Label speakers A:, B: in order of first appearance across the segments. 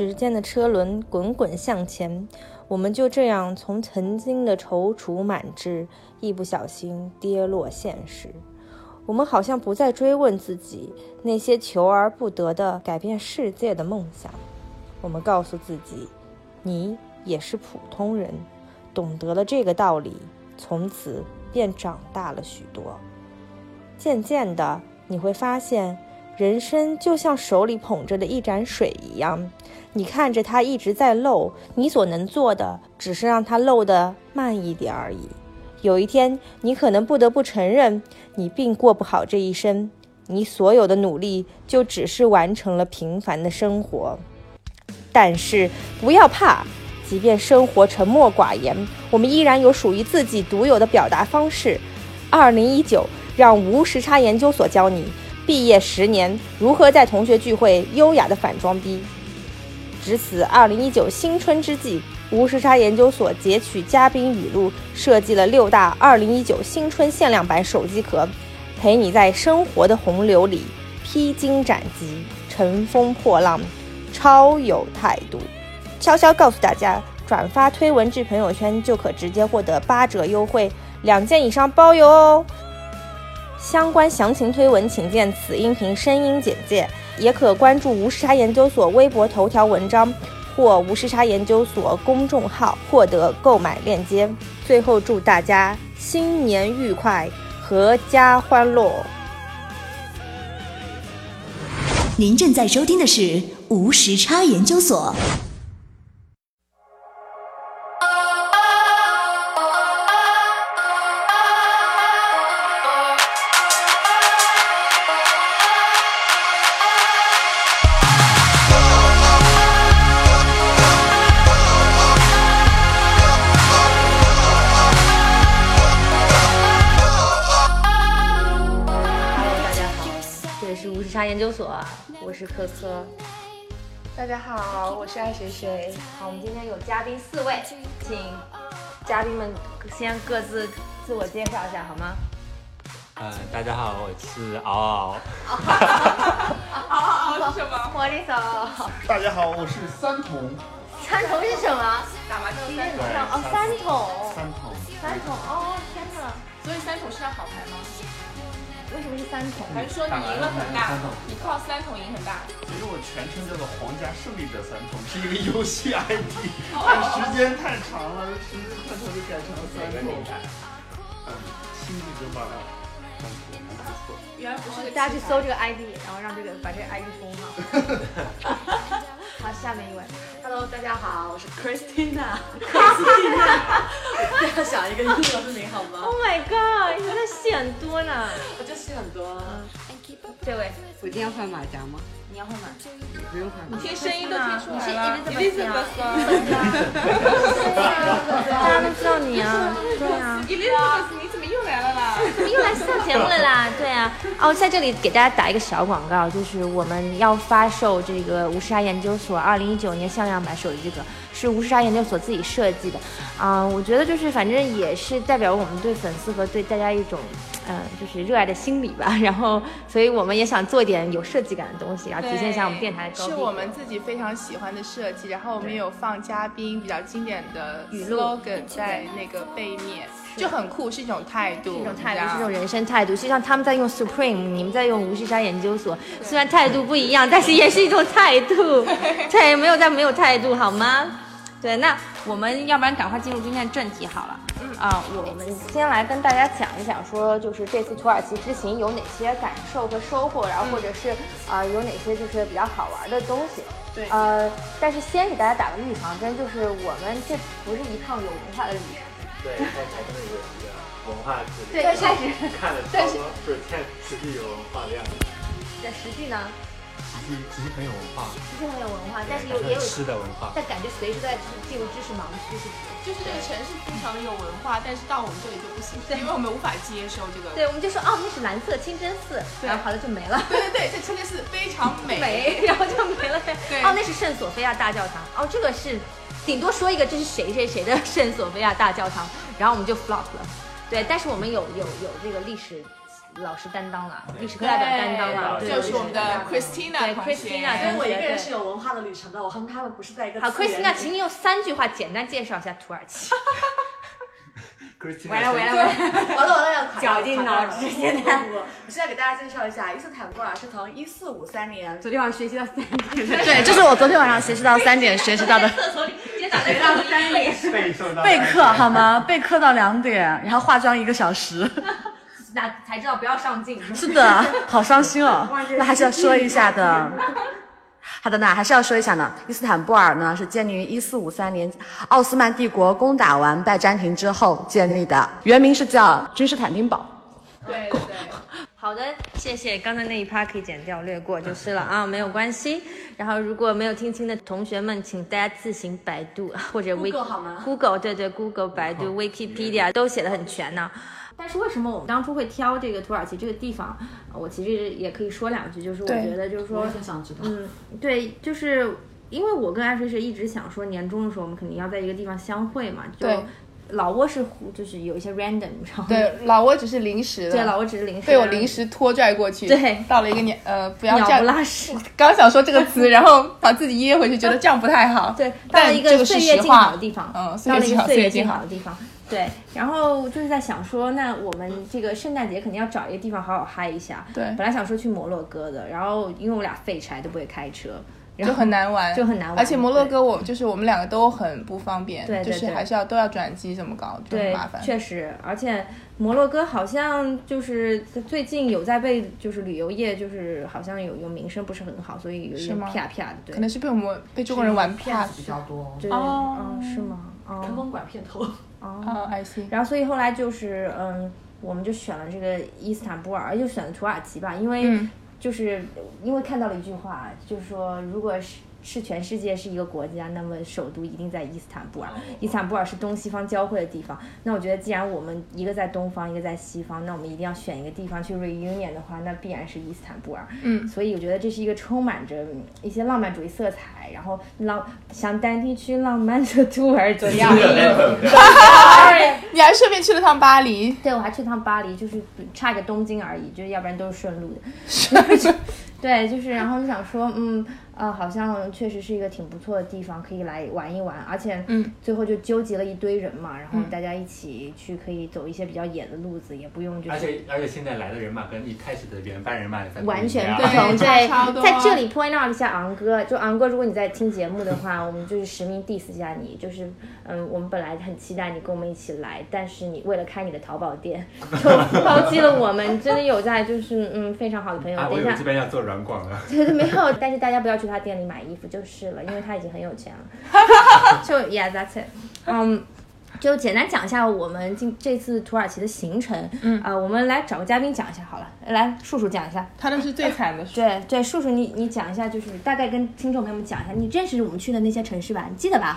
A: 时间的车轮滚滚向前，我们就这样从曾经的踌躇满志一不小心跌落现实。我们好像不再追问自己那些求而不得的改变世界的梦想，我们告诉自己，你也是普通人，懂得了这个道理，从此便长大了许多。渐渐的，你会发现人生就像手里捧着的一盏水一样，你看着它一直在漏，你所能做的只是让它漏得慢一点而已。有一天，你可能不得不承认，你并过不好这一生，你所有的努力就只是完成了平凡的生活。但是不要怕，即便生活沉默寡言，我们依然有属于自己独有的表达方式。2019，让无时差研究所教你毕业10年如何在同学聚会优雅的反装逼。值此2019新春之际，无时差研究所截取嘉宾语录，设计了6大2019新春限量版手机壳，陪你在生活的洪流里披荆斩棘，乘风破浪，超有态度。悄悄告诉大家，转发推文至朋友圈就可直接获得8折优惠，2件以上包邮哦。相关详情推文请见此音频声音简介，也可关注无时差研究所微博头条文章或无时差研究所公众号获得购买链接。最后祝大家新年愉快，阖家欢乐。
B: 您正在收听的是无时差研究所。
A: 无时差研究所，我是科科。
C: 大家好，我是爱谁谁。
A: 好，我们今天有嘉宾4位，请嘉宾们先各自自我介绍一下好吗？
D: 大家好，我是敖敖。
C: 嗷是什么？
A: 我的手。
E: 大家好，我是三筒。
A: 三筒是什么？
C: 打麻将
A: 三筒哦，三筒哦，天哪！
C: 所以三筒是张好牌吗？
A: 为什么是3筒？
C: 还是说你赢了很大？你靠3筒赢很大？
E: 其实我全称叫做皇家胜利者3筒，是一个游戏 ID， 但时间太长了，时间太长就改成了3筒。星际争霸3筒还不错。
C: 原来不是，
A: 大家去搜这个 ID， 然后让这个把这个 ID 封好。好，下面一位。
F: Hello， 大家好，我是 Christina。Christina， 不要想一个英文名好吗
A: ？Oh my god， 你这戏很多呢。
F: 我就戏很多。
A: 这位，
F: 我一定要换马甲吗？
A: 你要换马？
F: 不用换马甲。
C: 听声音都听出来了。
A: Elizabeth， 大家都知道你啊。对啊。
C: Elizabeth， 你怎么又来了啦？
A: 怎么又来上节目了啦？对啊。哦，在这里给大家打一个小广告，就是我们要发售这个无时差研究所2019年限量版手机壳，是无时差研究所自己设计的。我觉得就是反正也是代表我们对粉丝和对大家一种就是热爱的心理吧。然后，所以我们也想做一点有设计感的东西，然后体现一下我们电台的高低。
C: 是我们自己非常喜欢的设计，然后我们有放嘉宾比较经典的 slogan 在那个背面，就很酷，是一种态度，
A: 是一种态度，是一种人生态度。就像他们在用 Supreme， 你们在用无时差研究所，虽然态度不一样，但是也是一种态度。对，没有态度好吗？对，那我们要不然赶快进入今天的正题好了。我们先来跟大家讲一讲，说就是这次土耳其之行有哪些感受和收获，然后或者是有哪些就是比较好玩的东西。
C: 对。
A: 但是先给大家打个预防针，就是我们这不是一趟有文化的旅程。
D: 对，一开始那个文化之旅。
A: 对，一开始
D: 看了超多，不是现在实际有文化的样子。
A: 在实际呢？
D: 实际很有文化。
A: 实际很有文化，但是也有
D: 吃的文化。
A: 但感觉随时在进入知识盲区，是不是？
C: 就是这个城市非常有文化，但是到我们这里就不行，因为我们无法接受这个。
A: 对，我们就说那是蓝色清真寺，然后好了就没了。
C: 对，这清真寺非常美，
A: 然后就没了。
C: 对，
A: 那是圣索菲亚大教堂。这个是顶多说一个这是谁的圣索菲亚大教堂，然后我们就 flop 了。对，但是我们有这个历史老师担当了，历史课代表担当了，对，
C: 就是我们的 Christina
A: 对
C: 同学
A: Christina
F: 因为我一个人
A: 对
F: 是有文化的旅程的，我和他们不是在一个
A: 好
F: 次元里。
A: ，Christina，请你用3句话简单介绍一下土耳其。
D: 完了，
F: 完了要
G: 绞尽脑汁现在
F: 不，我现在给大家介绍一下，伊斯坦布尔是从1453年，
G: 昨天晚上学习到3点，
F: 对，这是我昨天晚上学习到3点学习到的。
G: 学到3点，
D: 备受到
F: 备课好吗？备课到2点，然后化妆1个小时。
A: 那才知道不要上镜。
F: 是的，好伤心哦。那还是要说一下的。好的，那还是要说一下呢。伊斯坦布尔呢是建立于1453年，奥斯曼帝国攻打完拜占庭之后建立的，原名是叫君士坦丁堡。
C: 对对对。
A: 好的，谢谢。刚才那一趴可以剪掉，略过就是了啊，没有关系。然后如果没有听清的同学们，请大家自行百度或者
F: Google 好吗
A: Google 对 Google、百度、Wikipedia 都写得很全呢。但是为什么我们当初会挑这个土耳其这个地方？我其实也可以说2句，就是我觉得就是说，
F: 我也想知道。
A: 对，就是因为我跟艾水是一直想说，年终的时候我们肯定要在一个地方相会嘛，就。
C: 对
A: 老挝是就是有一些 random， 然后
C: 对，老挝只是临时的，
A: 对，老挝只是临时
C: 被我临时拖拽过去，
A: 对，
C: 到了一个不要这
A: 鸟
C: 样
A: 不拉屎，
C: 刚想说这个词，然后把自己噎回去，觉得这样不太好。
A: 对，到了一个岁月静好的地方，到了一个岁月静好的地方。对，然后就是在想说，那我们这个圣诞节肯定要找一个地方好好嗨一下。
C: 对，
A: 本来想说去摩洛哥的，然后因为我俩废柴都不会开车。
C: 就很难玩，而且摩洛哥我们2个都很不方便，
A: 对，
C: 就是还是都要转机这么高，就很麻烦。
A: 确实，而且摩洛哥好像就是最近有在被就是旅游业就是好像有名声不是很好，所以有一点啪啪的，对，
C: 可能是被中国人玩啪
F: 比较多，
A: 对，是吗？
F: 坑蒙拐骗偷。
C: I see。
A: 然后所以后来就是我们就选了这个伊斯坦布尔，就选了土耳其吧，因为。就是因为看到了一句话，就是说，如果是全世界是一个国家，那么首都一定在伊斯坦布尔。伊斯坦布尔是东西方交汇的地方。那我觉得，既然我们一个在东方，一个在西方，那我们一定要选一个地方去 reunion 的话，那必然是伊斯坦布尔。所以我觉得这是一个充满着一些浪漫主义色彩，然后想带你去浪漫的土耳其。
C: 你还顺便去了趟巴黎？
A: 对，我还去趟巴黎，就是差一个东京而已，就是要不然都是顺路的。对，就是然后就想说，好像确实是一个挺不错的地方，可以来玩一玩，而且最后就纠集了一堆人嘛，然后大家一起去可以走一些比较野的路子，也不用就是
D: 而且现在来的人马跟一开始的原班人马
A: 完全不同。对，在这里 point out 一下昂哥，就昂哥，如果你在听节目的话，我们就是实名 diss 一下你，就是我们本来很期待你跟我们一起来，但是你为了开你的淘宝店就抛弃了我们，真的有在就是非常好的朋友。
D: 我以为这边要做软广了。
A: 对，没有，但是大家不要去他店里买衣服就是了，因为他已经很有钱了。就 yeah that's it。就简单讲一下我们这次土耳其的行程。我们来找个嘉宾讲一下好了，来叔叔讲一下。
C: 他那是最惨的。
A: 对，叔叔你讲一下，就是大概跟听众朋友们讲一下，你认识我们去的那些城市吧？你记得吧？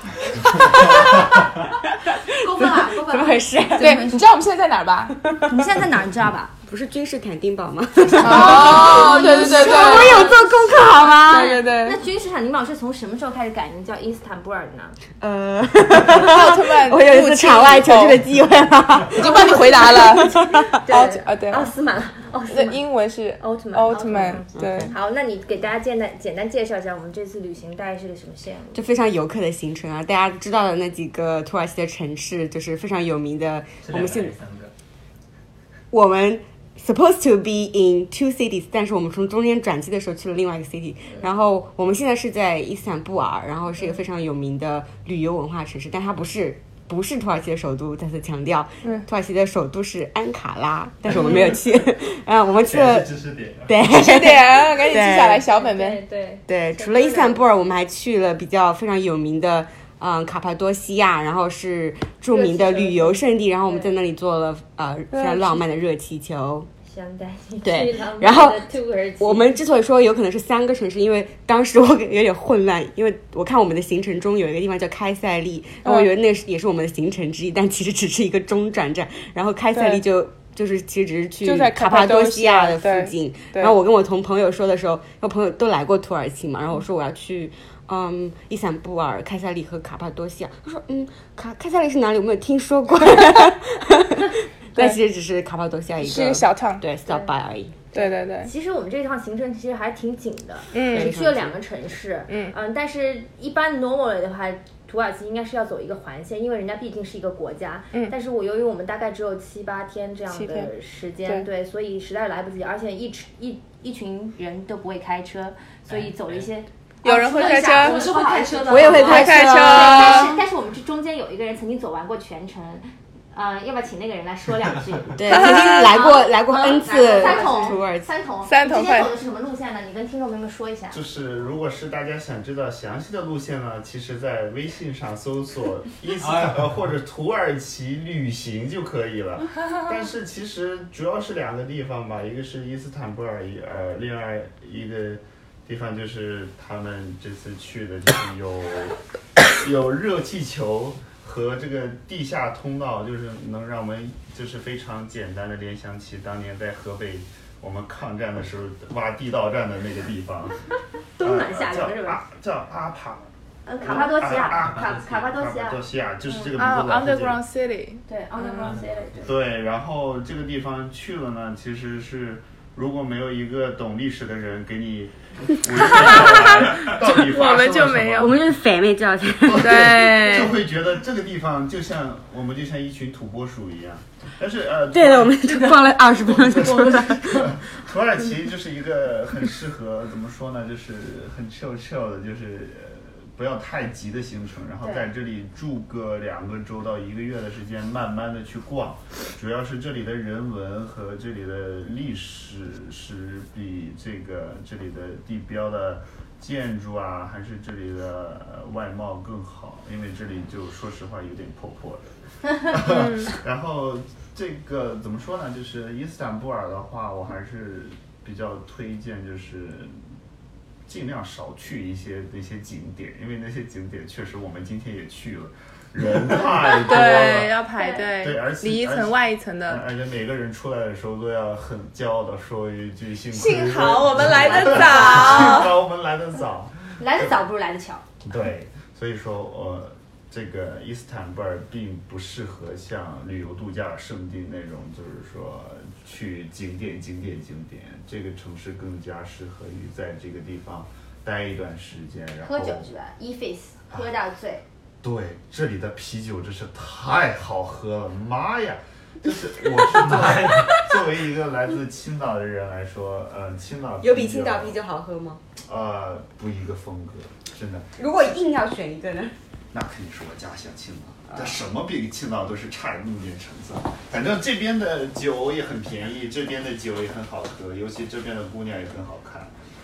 F: 过分了，
G: 怎么回事？
C: 对，你知道我们现在在哪儿吧？
A: 你们现在在哪儿？你知道吧？
G: 不是君士坦丁堡吗？
C: 对，我
G: 有做功课好吗？
C: 对。
A: 那君士坦丁堡是从什么时候开始改名叫伊斯坦布尔的呢？
C: 奥特曼，
G: 我有一次场外求这个机会了，
C: 已经帮你回答了。
A: 对，奥斯曼。
C: 英文是
A: 奥特曼。
C: 对。
A: 好，那你给大家简单介绍一下我们这次旅行大概是个什么线路？
G: 就非常游客的行程啊，大家知道的那几个土耳其的城市，就是非常有名的。我们 supposed to be in 2 cities， 但是我们从中间转机的时候去了另外一个 city。然后我们现在是在伊斯坦布尔，然后是一个非常有名的旅游文化城市，但它不是土耳其的首都，再次强调，土耳其的首都是安卡拉，但是我们没有去。我们去了
D: 知识点，
G: 对，
C: 知识点，赶紧记下来，小本本。
G: 对，除了伊斯坦布尔，我们还去了比较非常有名的卡帕多西亚，然后是著名的旅游胜地，然后我们在那里做了非常浪漫的热气球。对，然后我们之所以说有可能是3个城市，因为当时我有点混乱，因为我看我们的行程中有一个地方叫开塞利，然后我以为那也是我们的行程之一，但其实只是一个中转站，然后开塞利就是其实只是去卡帕多西亚的附近。然后我跟我朋友说的时候，我朋友都来过土耳其嘛，然后我说我要去伊斯坦布尔、开塞利和卡帕多西亚。他说开塞利是哪里？我没有听说过。 但其实只是卡帕多西亚
C: 是一个小趟，
G: 对 stop by 而已。
C: 对对对，
A: 其实我们这趟行程其实还挺紧的，
C: 嗯
A: 只去了2个城市，但是一般 normally 的话，土耳其应该是要走一个环线，因为人家毕竟是一个国家，但是由于我们大概只有7-8天这样的时间，对，所以实在来不及，而且一群人都不会开车，所以走了一些。
C: 有人会开车，
F: 我是会开车的，
C: 我也会开车。
A: 但是我们这中间有一个人曾经走完过全程。要不要请那个人来说2句？
G: 对，曾经来过 N 次土耳其。
A: 三筒今天走的是什么路线呢？你跟听众朋友们说一下。
E: 就是如果是大家想知道详细的路线呢，其实在微信上搜索或者土耳其旅行就可以了。但是其实主要是2个地方吧，一个是伊斯坦布尔，另外一个地方就是他们这次去的就是有热气球。和这个地下通道，就是能让我们就是非常简单的联想起当年在河北我们抗战的时候挖地道战的那个地方，
A: 东南下流是吧？
E: 叫阿帕。
A: 卡帕多西亚，卡帕多西亚
E: 就是这个名字。
C: Underground City。
A: 对 ，Underground City。
E: 对，然后这个地方去了呢，其实是如果没有一个懂历史的人给你。
C: 我们就没有，
G: 我们就是反面教材，
C: 对，
E: 就会觉得这个地方就像一群土拨鼠一样。但是
G: 对的，我们就逛了20分钟就出来。
E: 土耳其就是一个很适合怎么说呢，就是很 chill 的，就是不要太急的行程，然后在这里住个2个周到1个月的时间，慢慢的去逛。主要是这里的人文和这里的历史是比这里的地标的建筑啊，还是这里的外貌更好，因为这里就说实话有点破破的。然后这个怎么说呢，就是伊斯坦布尔的话，我还是比较推荐就是尽量少去那些景点，因为那些景点确实我们今天也去了，人太多了，
C: 对，要排队，
E: 对，而且
C: 里一层外一层的，
E: 而且每个人出来的时候都要很骄傲的说一句
C: 幸好我们来得早，
E: 幸好我们来得早，
A: 来得早不如来得巧。
E: 对，所以说这个伊斯坦布尔并不适合像旅游度假胜地那种，就是说去景点，这个城市更加适合于在这个地方待一段时间，然后
A: 喝酒是吧？face 喝到醉。
E: 对，这里的啤酒真是太好喝了，妈呀！就是我是作为一个来自青岛的人来说，青岛
G: 有比青岛啤酒好喝吗？
E: 不一个风格，真的。
G: 如果硬要选一个呢？
E: 那肯定是我家乡青岛，这什么比青岛都是差那么点成色。反正这边的酒也很便宜，这边的酒也很好喝，尤其这边的姑娘也很好看。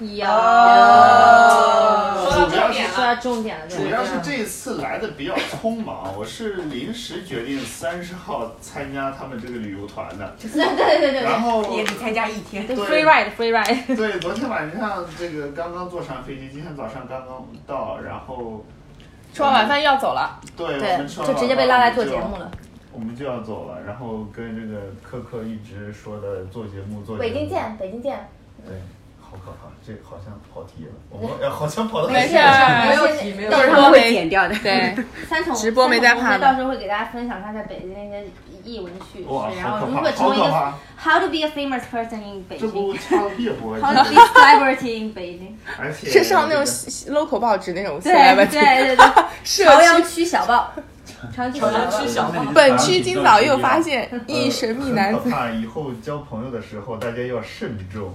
A: 说到重点了，
E: 主要是这次来的比较匆忙，我是临时决定30号参加他们这个旅游团的。
A: 对。
E: 然后
G: 也只参加1天。
A: 对 free ride。
E: 对，昨天晚上这个刚刚坐上飞机，今天早上刚刚到，然后
C: 吃完晚饭要走了。
E: 对，我们吃完晚饭
A: 就直接被拉来做节目了。
E: 我们就要走了，然后跟这个可一直说的做节目。
A: 北京见。
E: 对。好可怕，这好像跑题了，我们好像跑得
C: 没事，
F: 没有题，
A: 到时候
G: 会剪掉的。
C: 对，
A: 三重
C: 直播没在怕的，
A: 到时候会给大家分享他在北京那些译文趣事，然后如何成为一个 How to be a famous person in Beijing，
E: 这不差了别播
A: How to be celebrity in Beijing，
E: 而且
C: 是上那种 local 报纸那种
A: celebrity， 对，朝阳区小报。
F: 朝阳区小报。
C: 本区今早又发现一神秘男子。
E: 怕以后交朋友的时候大家要慎重。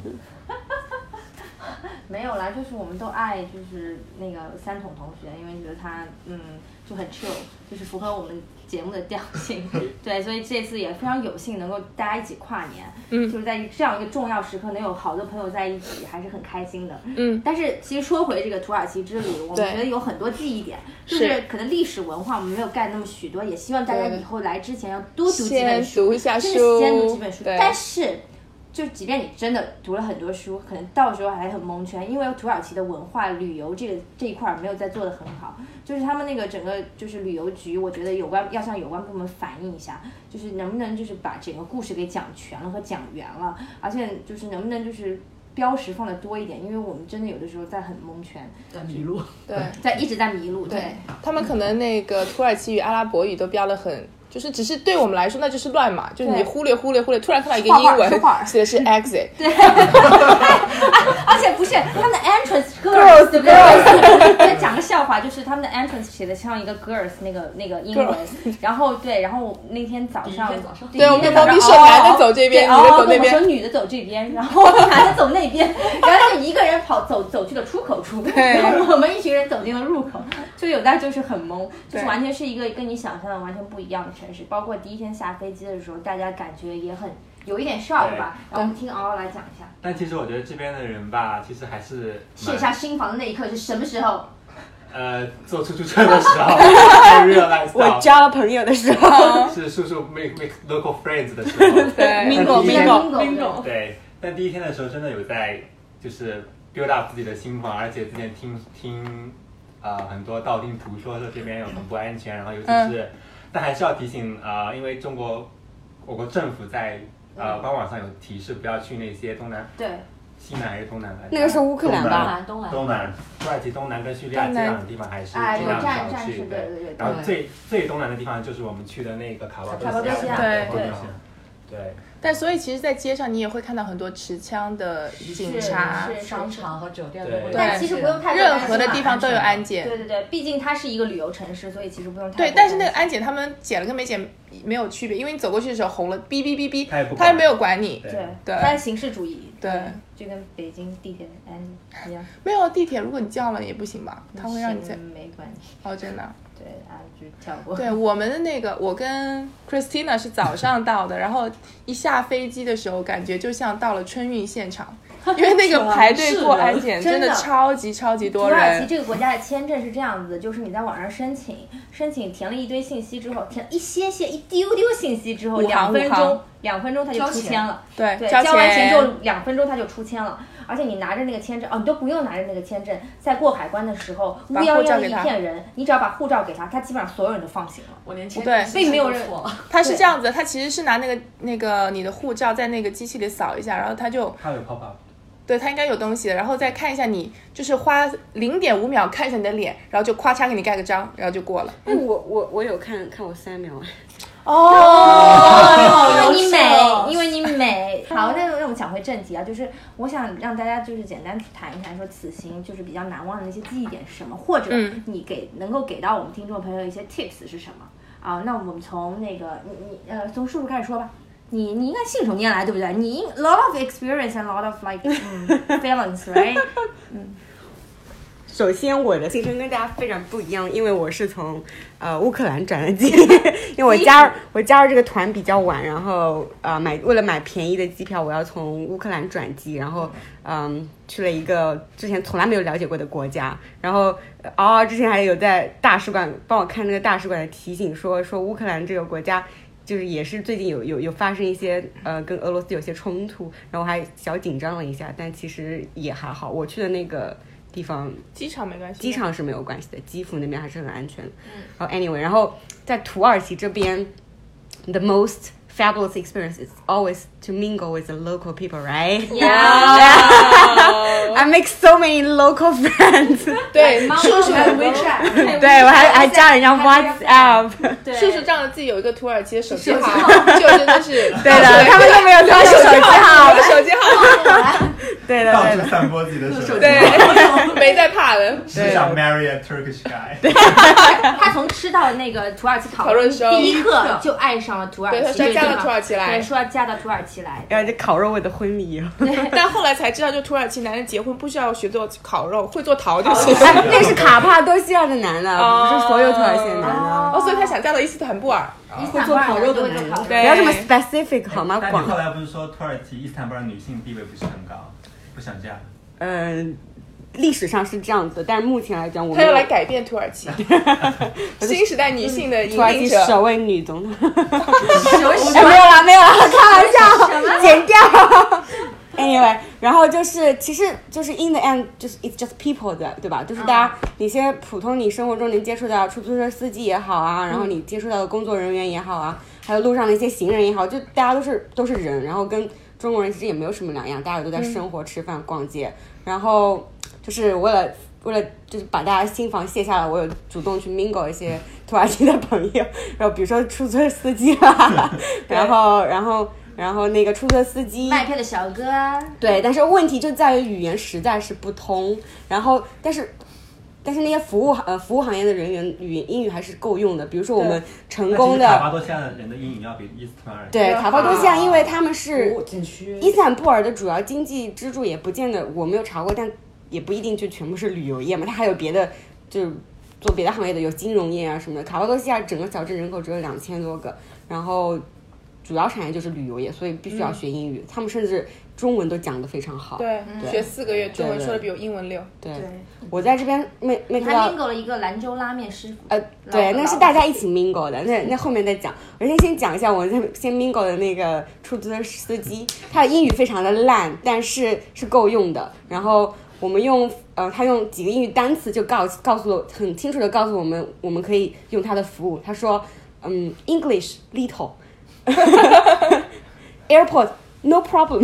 A: 没有啦，就是我们都爱就是那个三筒同学，因为觉得他就很 chill， 就是符合我们节目的调性。对，所以这次也非常有幸能够大家一起跨年，就是在这样一个重要时刻能有好多朋友在一起，还是很开心的。但是其实说回这个土耳其之旅，我们觉得有很多记忆点，就是可能历史文化我们没有干那么许多，也希望大家以后来之前要多读几本书，
C: 读一下书，
A: 真的先读几本书。但是就即便你真的读了很多书，可能到时候还很蒙圈，因为土耳其的文化旅游这一块没有在做得很好，就是他们那个整个就是旅游局，我觉得要向有关部门反映一下，就是能不能就是把整个故事给讲全了和讲圆了，而且就是能不能就是标识放的多一点，因为我们真的有的时候在很蒙圈，
F: 在迷路，
C: 对，
A: 一直在迷路，对，
C: 他们可能那个土耳其语、阿拉伯语都标得很。 就是只是对我们来说那就是乱码，就是你忽略，突然看到一个英文写的是 exit，
A: 对，而且不是他们的 entrance girls， 对不对？讲个笑话，就是他们的 entrance 写的像一个 girls 那个英文，然后我那天早上，
C: 对，我们毛笔说男的走这边，女的走那边，
A: 说女的走这边，然后男的走那边，然后就一个人走去了出口处，然后我们一群人走进了入口，就有的就是很懵，就是完全是一个跟你想象的完全不一样的城市，包括第一天下飞机的时候，大家感觉也很有一点 shock 吧。然后我们听嗷嗷来讲一下。
D: 但其实我觉得这边的人吧，其实还是
A: 卸下心防的那一刻是什么时候？
D: 坐出租车的时候才 realize
G: 我交了朋友的时候，
D: 是叔叔 make local friends 的时候，
C: 对
A: mingo
D: 对。但第一天的时候真的有在就是 build up 自己的心防，而且之前听很多道听途说这边有很不安全，然后尤其是，但还是要提醒因为我国政府在官网上有提示不要去那些东南
A: 对。
D: 西南还是东南来？
G: 那个是乌克兰吧？
D: 东南，土耳其东南跟叙利亚接壤的地方还是尽量少去。
A: 对。
D: 然后最东南的地方就是我们去的那个卡巴多西亚。对。
C: 但所以其实，在街上你也会看到很多持枪的警察，
F: 商场和酒店都会。
A: 但其实不用太
C: 任何的地方都有安检。
A: 对，毕竟它是一个旅游城市，所以其实不用太。
C: 对，但是那个安检他们检了跟没检没有区别，因为你走过去的时候红了，哔哔哔哔，他也没有管你。
A: 对，它是形式主义。
C: 对，
A: 就跟北京地铁安检一样。
C: 没有地铁，如果你叫了也不行吧？他会让你在。
A: 没管你。
C: 哦，真的。
A: 对就跳过。
C: 对，我们的那个，我跟 Christina 是早上到的，然后一下飞机的时候，感觉就像到了春运现场，因为那个排队过安检真的超级多人。
A: 土耳其这个国家的签证是这样子，就是你在网上申请填了一堆信息之后，填一丢信息之后，2分钟它就出签了。
C: 对，
A: 交完钱之后2分钟它就出签了。而且你拿着那个签证，你都不用拿着那个签证，在过海关的时候，乌泱泱一片人，你只要把护照给他基本上所有人都放行了。
F: 我连签证
A: 并没有人。
C: 他是这样子，他其实是拿那个你的护照在那个机器里扫一下，然后他有
D: pop up。
C: 对，他应该有东西的，然后再看一下你，就是花0.5秒看一下你的脸，然后就咔嚓给你盖个章，然后就过了。
G: 我有看我3秒。
A: 因为你美。好，那我们讲回正题啊，就是我想让大家就是简单谈一谈，说此行就是比较难忘的那些记忆点是什么，或者你能够给到我们听众朋友一些 tips 是什么啊？那我们从那个从叔叔开始说吧。你应该信手拈来，对不对？你 lot of experience and lot of like feelings, right？
G: 首先，我的行程跟大家非常不一样，因为我是从乌克兰转的机，因为我加入这个团比较晚，然后为了买便宜的机票，我要从乌克兰转机，然后去了一个之前从来没有了解过的国家，然后之前还有在大使馆帮我看那个大使馆的提醒说乌克兰这个国家。就是也是最近有发生一些跟俄罗斯有些冲突，然后还小紧张了一下，但其实也还好。我去的那个地方，
C: 机场没关系，
G: 机场是没有关系的，基辅那边还是很安全的。然后 anyway， 然后在土耳其这边 ，the most fabulous experience is always to mingle with the local people, right?
A: Yeah.
G: I make so many local friends.
C: 对，叔叔还有
F: WeChat，
G: 对我还加人家 WhatsApp。
C: 叔叔仗着自己有一个土耳其的手机号，就真的是
G: 对的，他们都没有他的手机号，
C: 手机号。
G: 对的，
D: 到处散播自己的手机，
C: 对，没在怕的。
D: 是想 marry a Turkish guy。
A: 他从吃到那个土耳其烤肉第一刻就爱上了土耳其，
C: 对，说嫁到土耳其来，
A: 对，说要嫁到土耳其来。
G: 然后这烤肉味的婚礼，
C: 但后来才知道，就土耳其男人结婚不需要学做烤肉，会做桃就行。
G: 那是卡帕多西亚的男的，不是所有土耳其的男的。
C: 所以他想嫁到伊斯坦布尔，
A: 会做烤肉的男人。
G: 不要这么 specific 好吗？
D: 但你后来不是说土耳其伊斯坦布尔女性地位不是很高，不想嫁？
G: 历史上是这样子，但是目前来讲，我们
C: 他要来改变土耳其，新时代女性的引领者，
G: 土耳其首位女总统。没有啦，开玩笑，剪掉。Anyway， 然后其实就是 in the end， 就是 it's just people 的，对吧？就是大家那些普通你生活中能接触到出租车司机也好啊，然后你接触到的工作人员也好啊，还有路上的一些行人也好，就大家都是人，然后跟中国人其实也没有什么两样，大家都在生活、吃饭、逛街，然后就是为了为了就是把大家心防卸下来，我有主动去 mingle 一些土耳其的朋友，然后比如说出租车司机啦，然后那个出租车司机
A: 卖票的小哥啊，
G: 对，但是问题就在于语言实在是不通，然后但是那些服务行业的人员英语还是够用的，比如说我们成功的
D: 卡帕多西亚的人的英语要比伊斯坦布尔
G: 对卡帕多西亚，因为他们是
F: 景区
G: 伊斯坦布尔的主要经济支柱，也不见得我没有查过，但也不一定就全部是旅游业嘛，它还有别的，就是做别的行业的，有金融业啊什么的。卡帕多西亚整个小镇人口只有2000多个，然后主要产业就是旅游业，所以必须要学英语。他们甚至中文都讲得非常好。
C: 对，学4个月中文说的比我英文溜。
G: 对，我在这边没
A: 还 mingle 了一个兰州拉面师傅。
G: 对，那是大家一起 mingle 的，那后面再讲。我先讲一下我先 mingle 的那个出租车司机，他的英语非常的烂，但是够用的。然后我们他用几个英语单词就告诉我很清楚的告诉我们可以用他的服务。他说，English little airport no problem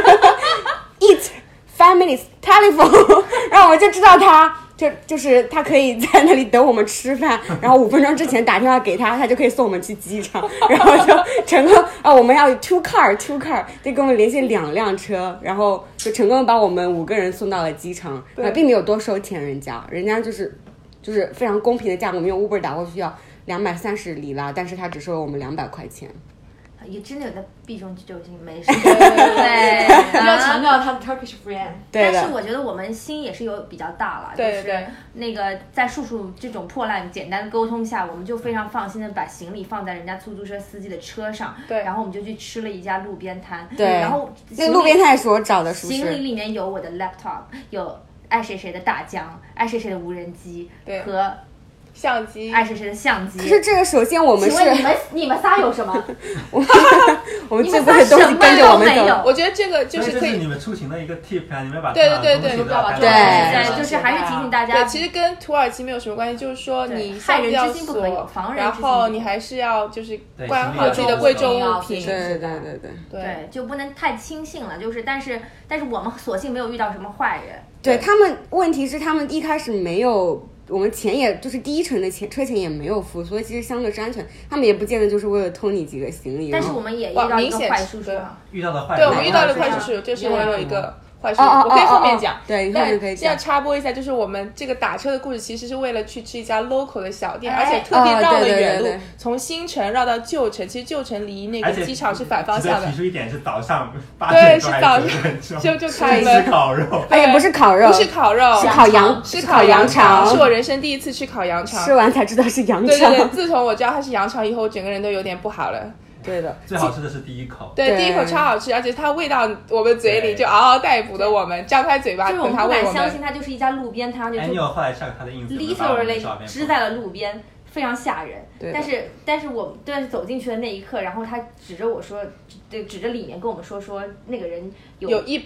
G: eat 5 minutes telephone 然后我就知道他就是他可以在那里等我们吃饭，然后5分钟之前打电话给他就可以送我们去机场，然后就成功我们要有 two car 就跟我们联系2辆车，然后就成功把我们5个人送到了机场，并没有多收钱，人家就是非常公平的价格，我们用 Uber 打过去要230里拉，但是他只收了我们200块钱。
A: 也真的有在避重就轻，没事。对，
F: 要强调他的 Turkish friend。
A: 但是我觉得我们心也是有比较大了，就是那个在叔叔这种破烂简单的沟通下，我们就非常放心的把行李放在人家出租车司机的车上，
C: 对，
A: 然后我们就去吃了一家路边摊，
G: 对，
A: 然后
G: 那路边摊也是我找的，是不是？
A: 行李里面有我的 laptop， 有爱谁谁的大疆，爱谁谁的无人机和。
C: 相机，
A: 爱谁谁的相机。
G: 可是这个，首先我们是，
A: 请问你们仨有什么？
G: 我们最贵的东西跟着我们走。
C: 我觉得这个就是可以，
D: 你们出行的一个 tip 啊，你们把
C: 对，
A: 就是还是提醒大家。
C: 对，其实跟土耳其没有什么关系，就是说你害
A: 人之心不可有，防人之心。
C: 然后你还是要就是管好自己的贵重物品。
A: 对，就不能太轻信了。就是，但是我们所幸没有遇到什么坏人。
G: 对他们，问题是他们一开始没有。我们钱也就是第一程的车钱也没有付，所以其实相对是安全。他们也不见得就是为了偷你几个行李。
A: 但是我们也遇到一个坏叔叔，
D: 遇到的坏，
C: 对，我们遇到的坏叔叔就是我有一个坏叔叔，我可以后面讲。
G: 对，后面可以讲。
C: 现在插播一下，就是我们这个打车的故事，其实是为了去吃一家 local 的小店，而且特地绕了远路，从新城绕到旧城。其实旧城离那个机场是反方向的。
D: 提出一点是早上8点，
C: 对，是早上就开
D: 门吃烤肉，
G: 不是烤肉，
C: 不是烤肉，
G: 是烤羊肠，
C: 是我人生第一次吃烤羊肠，
G: 吃完才知道是羊肠。
C: 对，自从我知道它是羊肠以后，整个人都有点不好了。对的，
D: 最好吃的是第一口，
C: 对，第一口超好吃，而且它味道我们嘴里就嗷嗷待哺的，我们张开嘴巴等它喂我们。
A: 就是我们不敢相信它就是一家路边摊，
D: 你有后来上它的
A: literally 支在了路边，非常吓人。但是我走进去的那一刻，然后他指着我说，指着里面跟我们说那个人有
C: 100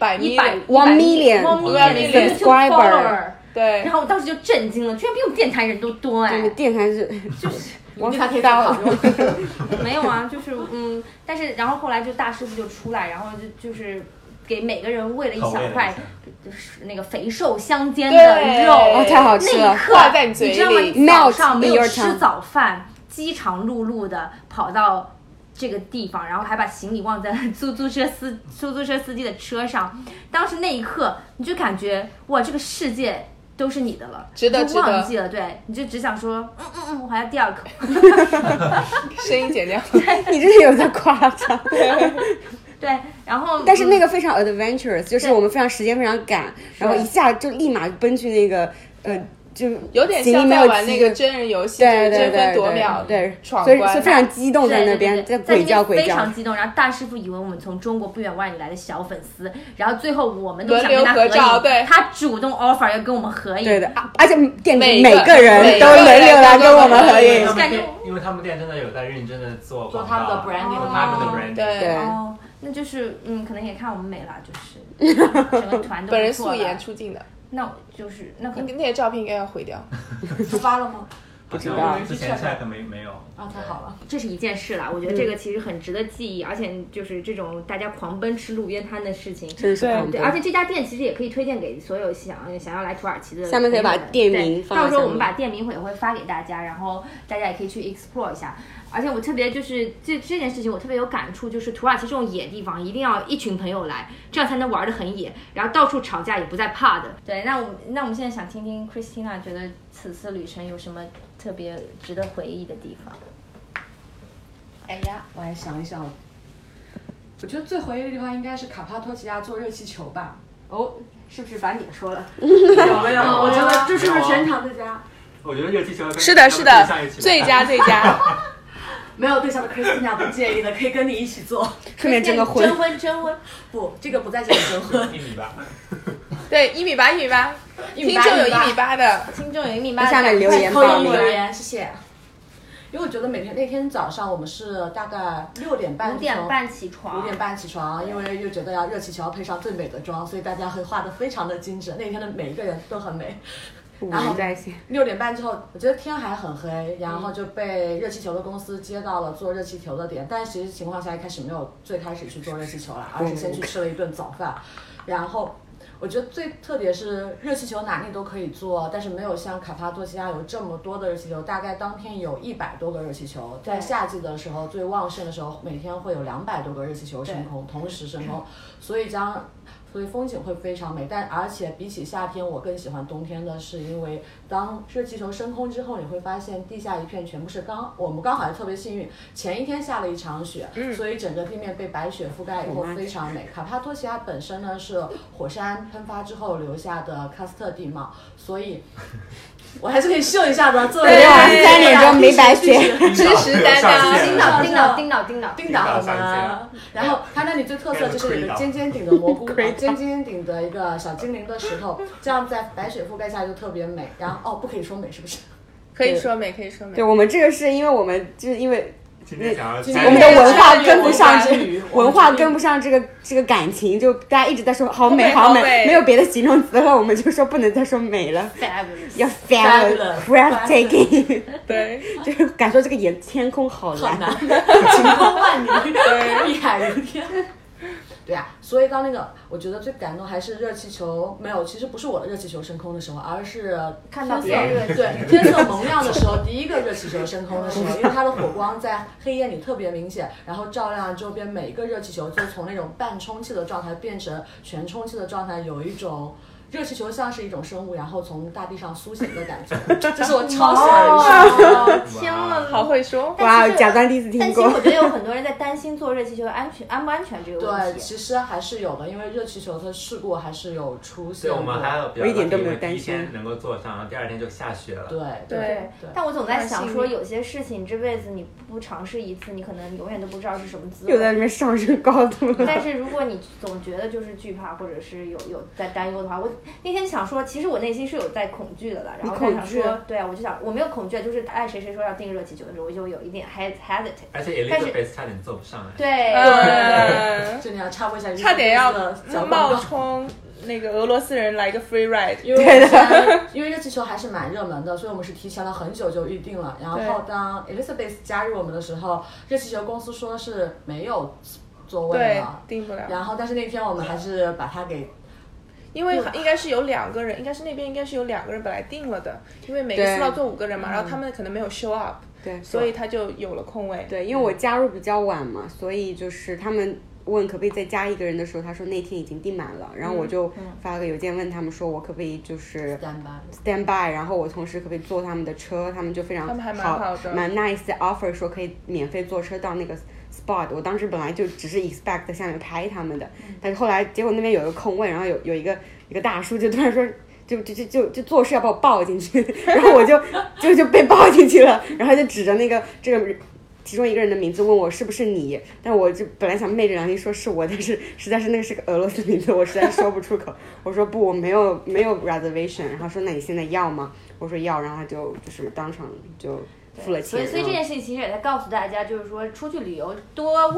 G: million subscriber，
C: 对，
A: 然后我当时就震惊了，居然比我们电台人都多哎！
G: 对，电台是
A: 就是。
F: 我们可以烤肉，
A: 没有啊，就是但是然后后来就大师傅就出来，然后就是给每个人喂了一小块，就是那个肥瘦相间的肉，
G: 太好吃了，
A: 那一刻你知道吗？你早上没有吃早饭，饥肠辘辘的跑到这个地方，然后还把行李忘在出租车司机的车上，当时那一刻你就感觉哇，这个世界都是你的了，
C: 值得，
A: 忘记了，对，你就只想说，我还要第2口，
C: 声音减掉，
G: 你真的有在夸张，
A: 对，然后，
G: 但是那个非常 adventurous，就是我们时间非常赶，然后一下就立马奔去那个就
C: 有点像在玩那个真人游戏，
G: 对，
C: 争分夺秒，
G: 对，
C: 闯关，
G: 所以非常激动在那边，在鬼叫，
A: 非常激动。然后大师傅以为我们从中国不远万里来的小粉丝，然后最后我们都想跟他合影，
C: 对，
A: 他主动 offer 要跟我们合影，
G: 对的，而且店里每个人都轮流来跟我们合影，
D: 因为他们店真的有在认真的做
F: 他们的 branding，
D: 他们的 branding，
C: 对，
A: 那就是可能也看我们美了，就是整个团都
C: 本人素颜出镜的。
A: 那就是
C: 那些照片应该要毁掉。
F: 发了吗？
G: 不知道。
D: 之前 check 没有
F: 啊，太好了，
A: 这是一件事啦。我觉得这个其实很值得记忆，而且就是这种大家狂奔吃路边摊的事情，
G: 真的是狂奔。
A: 对，而且这家店其实也可以推荐给所有想要来土耳其的。
G: 下面可以把店名放
A: 到时候我们把店名也会发给大家，然后大家也可以去 explore 一下。而且我特别就是这件事情我特别有感触，就是土耳其这种野地方一定要一群朋友来，这样才能玩得很野，然后到处吵架也不再怕的。对，那我们现在想听听 Christina 觉得此次旅程有什么特别值得回忆的地方？
F: 哎呀，我来想一想，我觉得最回忆的地方应该是卡帕多奇亚坐热气球吧。
A: 哦，是不是把你说了？
F: 有没有？我觉得这是不是全场最佳？
D: 我觉得热气球
C: 是的，最佳。
F: 没有对象的 Christina 不介意的，可以跟你一起做，
G: 顺便征个婚。
A: 征婚
F: 不，这个不在这里征婚。
D: 1.8米。
C: 对，1.8米，听众有1.8米的，
A: 听众有1.8米的，
G: 下面留言
F: 报名留言，谢谢。因为我觉得那天早上我们是大概5点半起床，因为又觉得要热气球配上最美的妆，所以大家会画得非常的精致。那天的每一个人都很美。然后6点半之后，我觉得天还很黑，然后就被热气球的公司接到了做热气球的点，但其实情况下一开始没有最开始去做热气球了，而是先去吃了一顿早饭。然后我觉得最特别是热气球哪里都可以做，但是没有像卡帕多西亚有这么多的热气球，大概当天有100多个热气球，在夏季的时候最旺盛的时候，每天会有200多个热气球升空，同时升空，所以风景会非常美，而且比起夏天，我更喜欢冬天的是，因为当热气球升空之后，你会发现地下一片全部是我们刚好还特别幸运，前一天下了一场雪，所以整个地面被白雪覆盖以后非常美。卡帕多西亚本身呢是火山喷发之后留下的喀斯特地貌，所以我还是可以秀一下的。昨天
G: 晚上3点钟没白雪，
C: 知识担当，
A: 叮当
F: 好吗？然后它那里最特色就是有个尖尖顶的蘑菇，尖顶的一个小精灵的石头，这样在白雪覆盖下就特别美。然后不可以说美是不是？
C: 可以说美。
G: 对，我们这个是因为我们就是因为。
D: 我
G: 们的文化跟不上这个感情，就大家一直在说好美，没有别的形容词了，我们就说不能再说美了，要 breathtaking，
C: 对，
G: 就是感受这个天空好蓝，
F: 晴空万里，碧海如天。对啊，所以当我觉得最感动还是热气球没有，其实不是我的热气球升空的时候，而是
A: 看到别人
F: 天色蒙亮的时候，第一个热气球升空的时候，因为它的火光在黑夜里特别明显，然后照亮周边每一个热气球，就从那种半充气的状态变成全充气的状态，有一种热气球像是一种生物，然后从大地上苏醒的感觉，这是我超喜欢的。
A: 天呐，
C: 好会说！
G: 哇，假装第一次听过。
A: 但其实我觉得有很多人在担心坐热气球安不安全这个问题。
F: 对，其实还是有的，因为热气球它事故还是有出现过。
D: 对，我们还有
G: 我一点都没有担心。
D: 第一天能够坐上，然后第2天就下雪了。
F: 对。
A: 但我总在想说，有些事情这辈子你不尝试一次，你可能永远都不知道是什么滋味。
G: 又在那边上升高度了。
A: 但是如果你总觉得就是惧怕，或者是有在担忧的话，我那天想说，其实我内心是有在恐惧的了。然后想说，对啊，我就想我没有恐惧，就是爱谁说要订热气球的时候，我就有一点 hesitate。
D: 而且 Elizabeth 差点坐不上来。
A: 对，
F: 这里要插播一下，
C: 差点要冒充那个俄罗斯人来个 free ride。
F: 因为热气球还是蛮热门的，所以我们是提前了很久就预定了。然后当 Elizabeth 加入我们的时候，热气球公司说是没有座位了，
C: 订不了。
F: 然后但是那天我们还是把它给。
C: 因为应该是有2个人，应该是那边应该是有2个人本来定了的，因为每个slot坐5个人嘛，然后他们可能没有 show up，
G: 对，
C: 所以他就有了空位。
G: 对，因为我加入比较晚嘛，所以就是他们问可不可以再加1个人的时候，他说那天已经订满了，然后我就发了个邮件问他们说我可不可以就是 stand by， 然后我同时可不可以坐他们的车，他们就非常好蛮 nice 的 offer 说可以免费坐车到那个spot。 我当时本来就只是 expect 下面拍他们的，但是后来结果那边有一个空位，然后有一个大叔就突然说就做事要把我抱进去，然后我就被抱进去了，然后就指着这个其中一个人的名字问我是不是你，但我就本来想昧着良心说是我，但是实在是那个是个俄罗斯名字，我实在说不出口。我说不，我没有 reservation， 然后说那你现在要吗？我说要，然后他就是当场就付了钱。
A: 所以这件事情其实也在告诉大家，就是说出去旅游多问，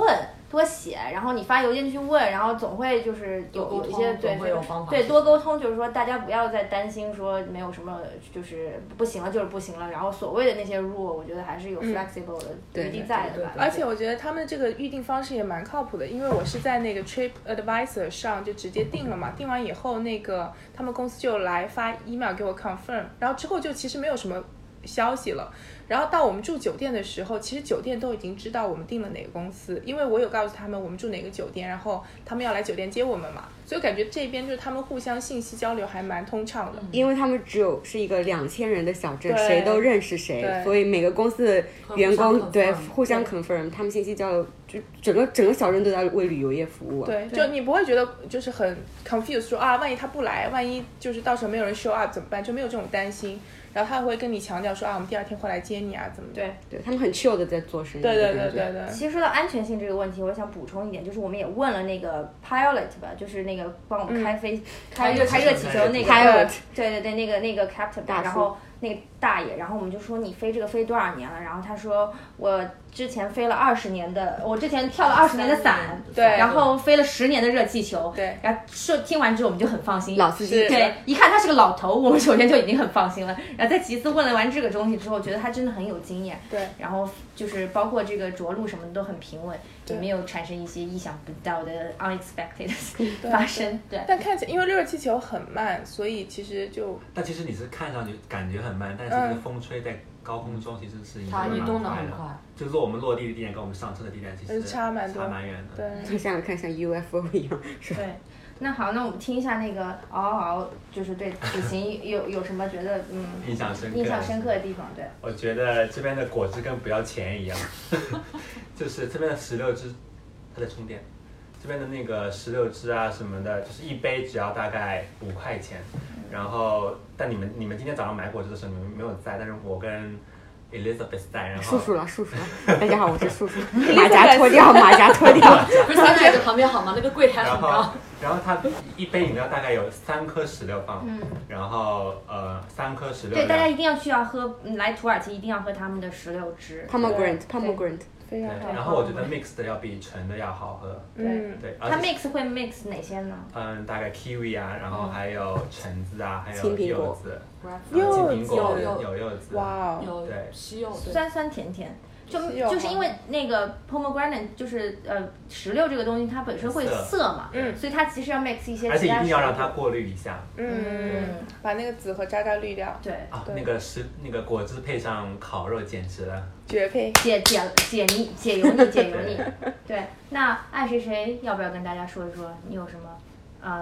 A: 多写，然后你发邮件去问，然后总会就是有一些对多沟通，就是说大家不要再担心说没有什么就是不行了就是不行了，然后所谓的那些 rule 我觉得还是有 flexible 的余地在的吧。
C: 而且我觉得他们这个预定方式也蛮靠谱的，因为我是在那个 Trip Advisor 上就直接订了嘛，订完以后那个他们公司就来发 email 给我 confirm， 然后之后就其实没有什么消息了。然后到我们住酒店的时候，其实酒店都已经知道我们订了哪个公司，因为我有告诉他们我们住哪个酒店，然后他们要来酒店接我们嘛，所以我感觉这边就是他们互相信息交流还蛮通畅的。
G: 因为他们是一个2000人的小镇，谁都认识谁，所以每个公司的员工对互相 confirm， 他们信息交流，就整个小镇都在为旅游业服务。
C: 对，就你不会觉得就是很 confused 说啊，万一他不来，万一就是到时候没有人 show up 怎么办，就没有这种担心。然后他会跟你强调说啊，我们第2天会来接你啊，怎么的？
G: 对，他们很 chill 的在做生意。
C: 对。
A: 其实说到安全性这个问题，我想补充一点，就是我们也问了那个 pilot 吧，就是那个帮我们开热气球那个
G: pilot，
A: 对，那个 captain， 然后那个大爷，然后我们就说你飞这个飞多少年了？然后他说我之前飞了20年的，我之前跳了20年的伞，
C: 对，
A: 然后飞了10年的热气球，
C: 对。
A: 然后听完之后我们就很放心，
G: 老司机，
A: 对，一看他是个老头，我们首先就已经很放心了。然后再其次问了完这个东西之后，觉得他真的很有经验，
C: 对。
A: 然后就是包括这个着陆什么的都很平稳，也没有产生一些意想不到的 unexpected 发生。对。
C: 但看起来因为热气球很慢，所以其实就……
D: 但其实你是看上去感觉很慢，但是这个风吹在高空中其实是
F: 它移动的很快，
D: 就是说我们落地的地点跟我们上车的地点其实
C: 差蛮
D: 远的。
C: 对，
G: 像 UFO 一样，是吧？
A: 对。那好，那我们听一下那个嗷，就是对此行有什么觉得
D: 印象深刻
A: 的地方？对，
D: 我觉得这边的果汁跟不要钱一样，就是这边的16支，它在充电。这边的那个16支啊什么的，就是一杯只要大概5块钱。然后，但你们今天早上买果汁的时候你们没有在，但是我跟 Elizabeth 在，然后
G: 叔叔了，大家好，我是叔叔，马甲脱掉，
F: 不是他在旁边好吗？那个柜台很高。
D: 然后它一杯饮料大概有3颗16磅，然后3颗16。
A: 对，大家一定要喝，来土耳其一定要喝他们的16支
G: pomegranate。
C: 非常好。
D: 然后我觉得 mix 的要比纯的要好喝。对。
A: 它 mix 会 mix 哪些呢？
D: 大概 kiwi 啊，然后还有橙子啊，还有
G: 青苹果
D: 子，
C: 青
D: 苹果有柚子，
C: 哇，
F: 有西柚，
A: 酸酸甜甜。就是因为那个 pomegranate 就是16这个东西它本身会涩嘛，所以它其实要 mix 一些其他，
D: 而且一定要让它过滤一下，
C: 把那个籽和渣渣滤掉。
A: 对
D: 啊，那个果汁配上烤肉简直了，
C: 绝配，
A: 解油腻。对，那爱谁谁要不要跟大家说一说你有什么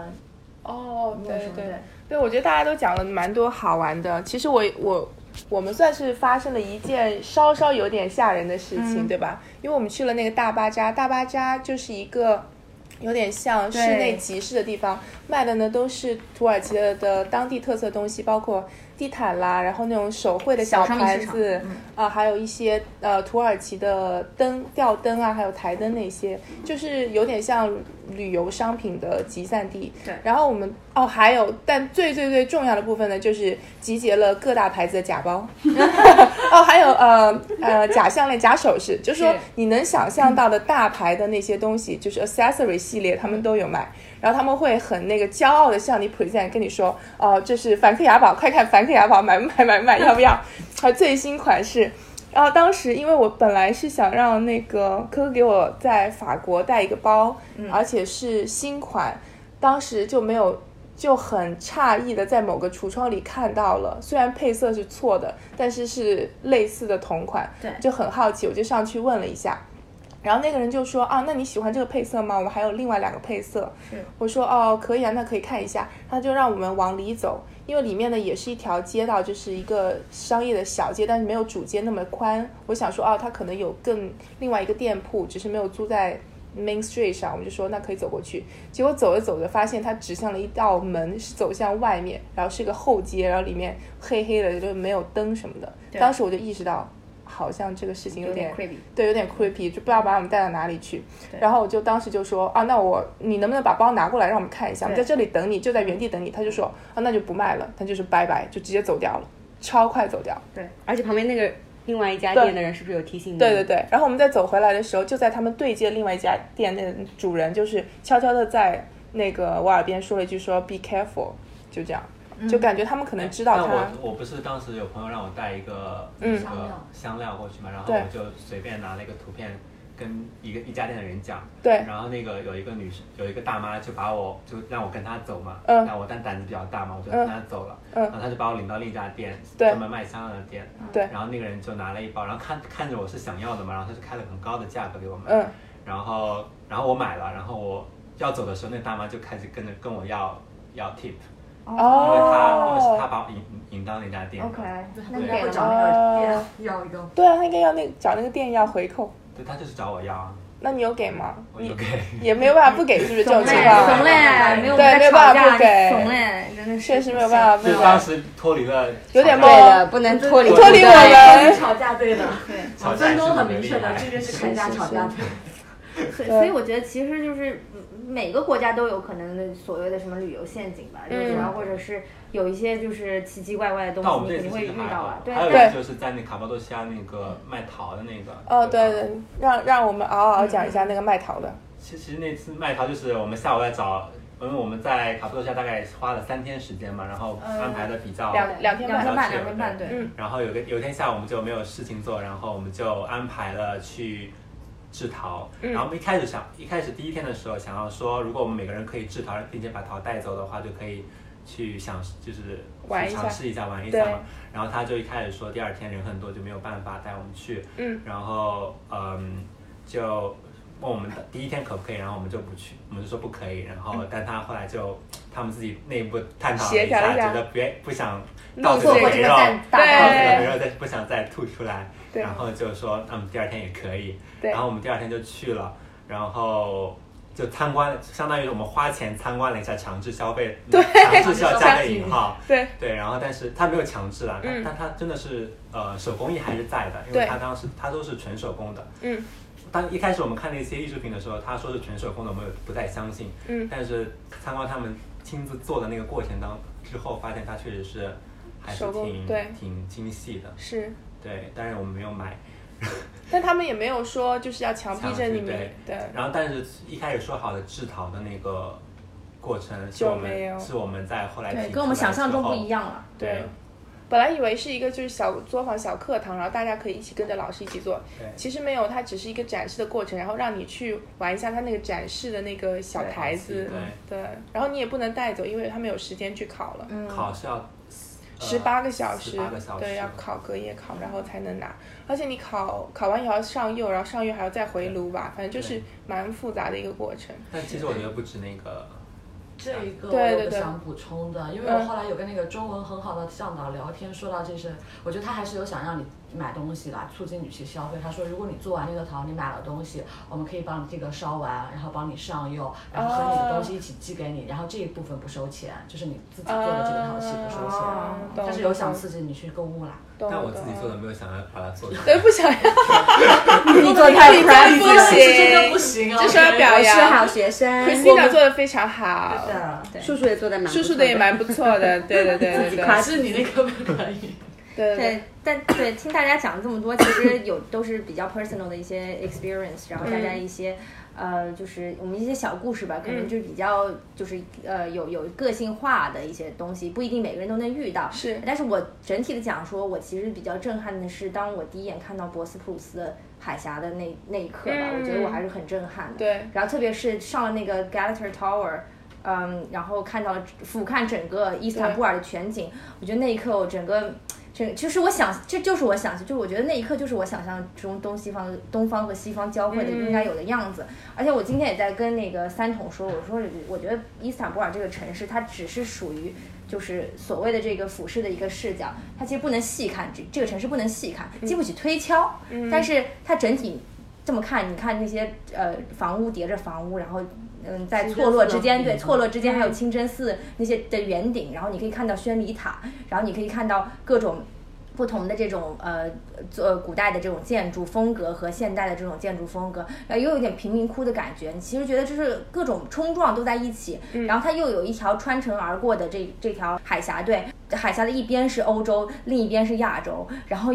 C: 对，我觉得大家都讲了蛮多好玩的。其实我们算是发生了一件稍稍有点吓人的事情，对吧？因为我们去了那个大巴扎就是一个有点像室内集市的地方，卖的呢都是土耳其的当地特色东西，包括地毯啦，然后那种手绘的小牌子还有一些土耳其的吊灯啊，还有台灯那些，就是有点像旅游商品的集散地。
A: 对，
C: 然后我们还有，但最重要的部分呢，就是集结了各大牌子的假包，还有假项链、假首饰，就是说你能想象到的大牌的那些东西，就是 accessory 系列，他们都有卖。然后他们会很那个骄傲的向你 present， 跟你说这是梵克雅宝，快看梵克雅宝，买，要不要？还有最新款式。然后当时因为我本来是想让那个科科给我在法国带一个包，而且是新款，当时就很诧异的在某个橱窗里看到了，虽然配色是错的，但是类似的同款，
A: 对，
C: 就很好奇，我就上去问了一下。然后那个人就说那你喜欢这个配色吗？我们还有另外2个配色。我说可以啊，那可以看一下。他就让我们往里走，因为里面呢也是一条街道，就是一个商业的小街，但是没有主街那么宽。我想说他可能有另外一个店铺，只是没有租在 Main Street 上。我们就说那可以走过去。结果走着走着发现它指向了一道门，是走向外面，然后是一个后街，然后里面黑黑的，就没有灯什么的。当时我就意识到好像这个事情有点
A: creepy，
C: 对，有点 creepy， 就不知道把我们带到哪里去。然后我就当时就说那你能不能把包拿过来让我们看一下？我们在这里等你，就在原地等你。他就说那就不卖了，他就是拜拜，就直接走掉了，超快走掉。
G: 对，而且旁边那个另外一家店的人是不是有提醒你？
C: 对对对，然后我们在走回来的时候，就在他们对接另外一家店的主人就是悄悄的在那个我耳边说了一句说 be careful， 就这样。就感觉他们可能知道他。
D: 但我不是当时有朋友让我带一个香料过去嘛，然后我就随便拿了一个图片跟一家店的人讲，
C: 对，
D: 然后那个有一个大妈就让我跟她走嘛，但我胆子比较大嘛，我就跟她走了，然后她就把我领到另一家店，专门卖香料的店，
C: 对，
D: 然后那个人就拿了一包，然后看着我是想要的嘛，然后他就开了很高的价格给我们，然后我买了，然后我要走的时候，那大妈就开始跟我要 tip。因为是他把我引到那家店。
F: OK， 那你会找那个店要一个？
C: 对啊，他应该找那个店要回扣。
D: 对，他就是找我要啊。
C: 那你有给吗？
D: 我有给。
C: 也没有办法不给，是不是？这种情况。
A: 怂嘞，没有
C: 办法不给。
A: 怂嘞，真的
C: 确实没有办法不给。
D: 就当时脱离了，
C: 有点
G: 对的，不能脱离
C: 我们。
F: 吵架对的，对。分工很明确的，这个是砍价吵架。
A: 所以我觉得其实就是每个国家都有可能的所谓的什么旅游陷阱吧，就是主要或者是有一些就是奇奇怪怪的东西你肯定会遇到啊。对，
D: 还有一个就是在那卡巴多西亚那个卖桃的那个。
C: 哦，对对，让我们嗷讲一下那个卖桃的。
D: 其实那次卖桃就是我们下午在找。因为我们在卡巴多西亚大概花了3天时间嘛，然后安排的比较
C: 2天
A: 半，对。
D: 然后有一天下午我们就没有事情做，然后我们就安排了去制桃。然后我们一开始第一天的时候想要说，如果我们每个人可以制桃，并且把桃带走的话，就可以去就是尝试一下玩一下嘛。然后他就一开始说第二天人很多就没有办法带我们去。然后就问我们第一天可不可以，然后我们就不去，我们就说不可以，然后但他后来就他们自己内部探讨了一下，觉得不想倒这个肥肉，倒这个肥肉再不想再吐出来，然后就说第二天也可以，然后我们第二天就去了，然后就参观，相当于我们花钱参观了一下强制消费，强制是要加个引号，对，然后但是他没有强制啦，但他真的是手工艺还是在的，因为他都是纯手工的，当一开始我们看那些艺术品的时候，他说是全手工的，我们不太相信。但是参观他们亲自做的那个过程之后，发现它确实是还是挺精细的。
C: 是。
D: 对，但是我们没有买。
C: 但他们也没有说就是要强逼着你们。对。
D: 然后，但是一开始说好的制陶的那个过程是我们在后来提出来之后，
A: 对，跟我们想象中不一样了。
C: 对。本来以为是一个就是小作坊小课堂，然后大家可以一起跟着老师一起做，其实没有，它只是一个展示的过程，然后让你去玩一下它那个展示的那个小台子，对，然后你也不能带走，因为他们有时间去考了，
D: 考是要
C: 18个小时，对，要考隔夜考，然后才能拿，而且你考完也要上釉，然后上釉还要再回炉吧，反正就是蛮复杂的一个过程。
D: 但其实我觉得不止那个。
F: 这个我想补充的，因为我后来有跟那个中文很好的向导聊天，说到这些，我觉得他还是有想让你买东西来促进你去消费。他说，如果你做完那个陶，你买了东西，我们可以帮你这个烧完，然后帮你上釉，然后和你的东西一起寄给你，然后这一部分不收钱，就是你自己做的这个陶器不收钱，但是有想刺激你去购物啦。
D: 但我自己做的没有想要把它做出来，
C: 对，不想要。
G: 你做太不
F: 行，这个不行啊！
C: 这是要表扬，
A: 我是好学生。
C: Christina 做的非常好，
A: 对，
G: 叔叔也做的蛮不错的，
C: 叔叔的也蛮不错的，对。
F: 可是你那个不可以。
A: 对，但听大家讲这么多，其实都是比较 personal 的一些 experience， 然后大家一些就是我们一些小故事吧，可能就比较就是有个性化的一些东西，不一定每个人都能遇到。
C: 是，
A: 但是我整体的讲说，我其实比较震撼的是，当我第一眼看到博斯普鲁斯的海峡的那一刻吧，我觉得我还是很震撼的。对，然后特别是上了那个 Galata Tower。然后俯瞰整个伊斯坦布尔的全景，我觉得那一刻我就是我想，这就是我想，就我觉得那一刻就是我想象中东方和西方交汇的应该有的样子。而且我今天也在跟那个三筒说，我觉得伊斯坦布尔这个城市，它只是属于就是所谓的这个俯视的一个视角，它其实不能细看这个城市不能细看，经不起推敲。但是它整体这么看，你看那些房屋叠着房屋，然后。在错落之间，错落之间还有清真寺那些的圆顶，然后你可以看到宣礼塔，然后你可以看到各种不同的这种古代的这种建筑风格和现代的这种建筑风格，又有点贫民窟的感觉。你其实觉得就是各种冲撞都在一起，然后它又有一条穿城而过的这条海峡，对，海峡的一边是欧洲，另一边是亚洲，然后有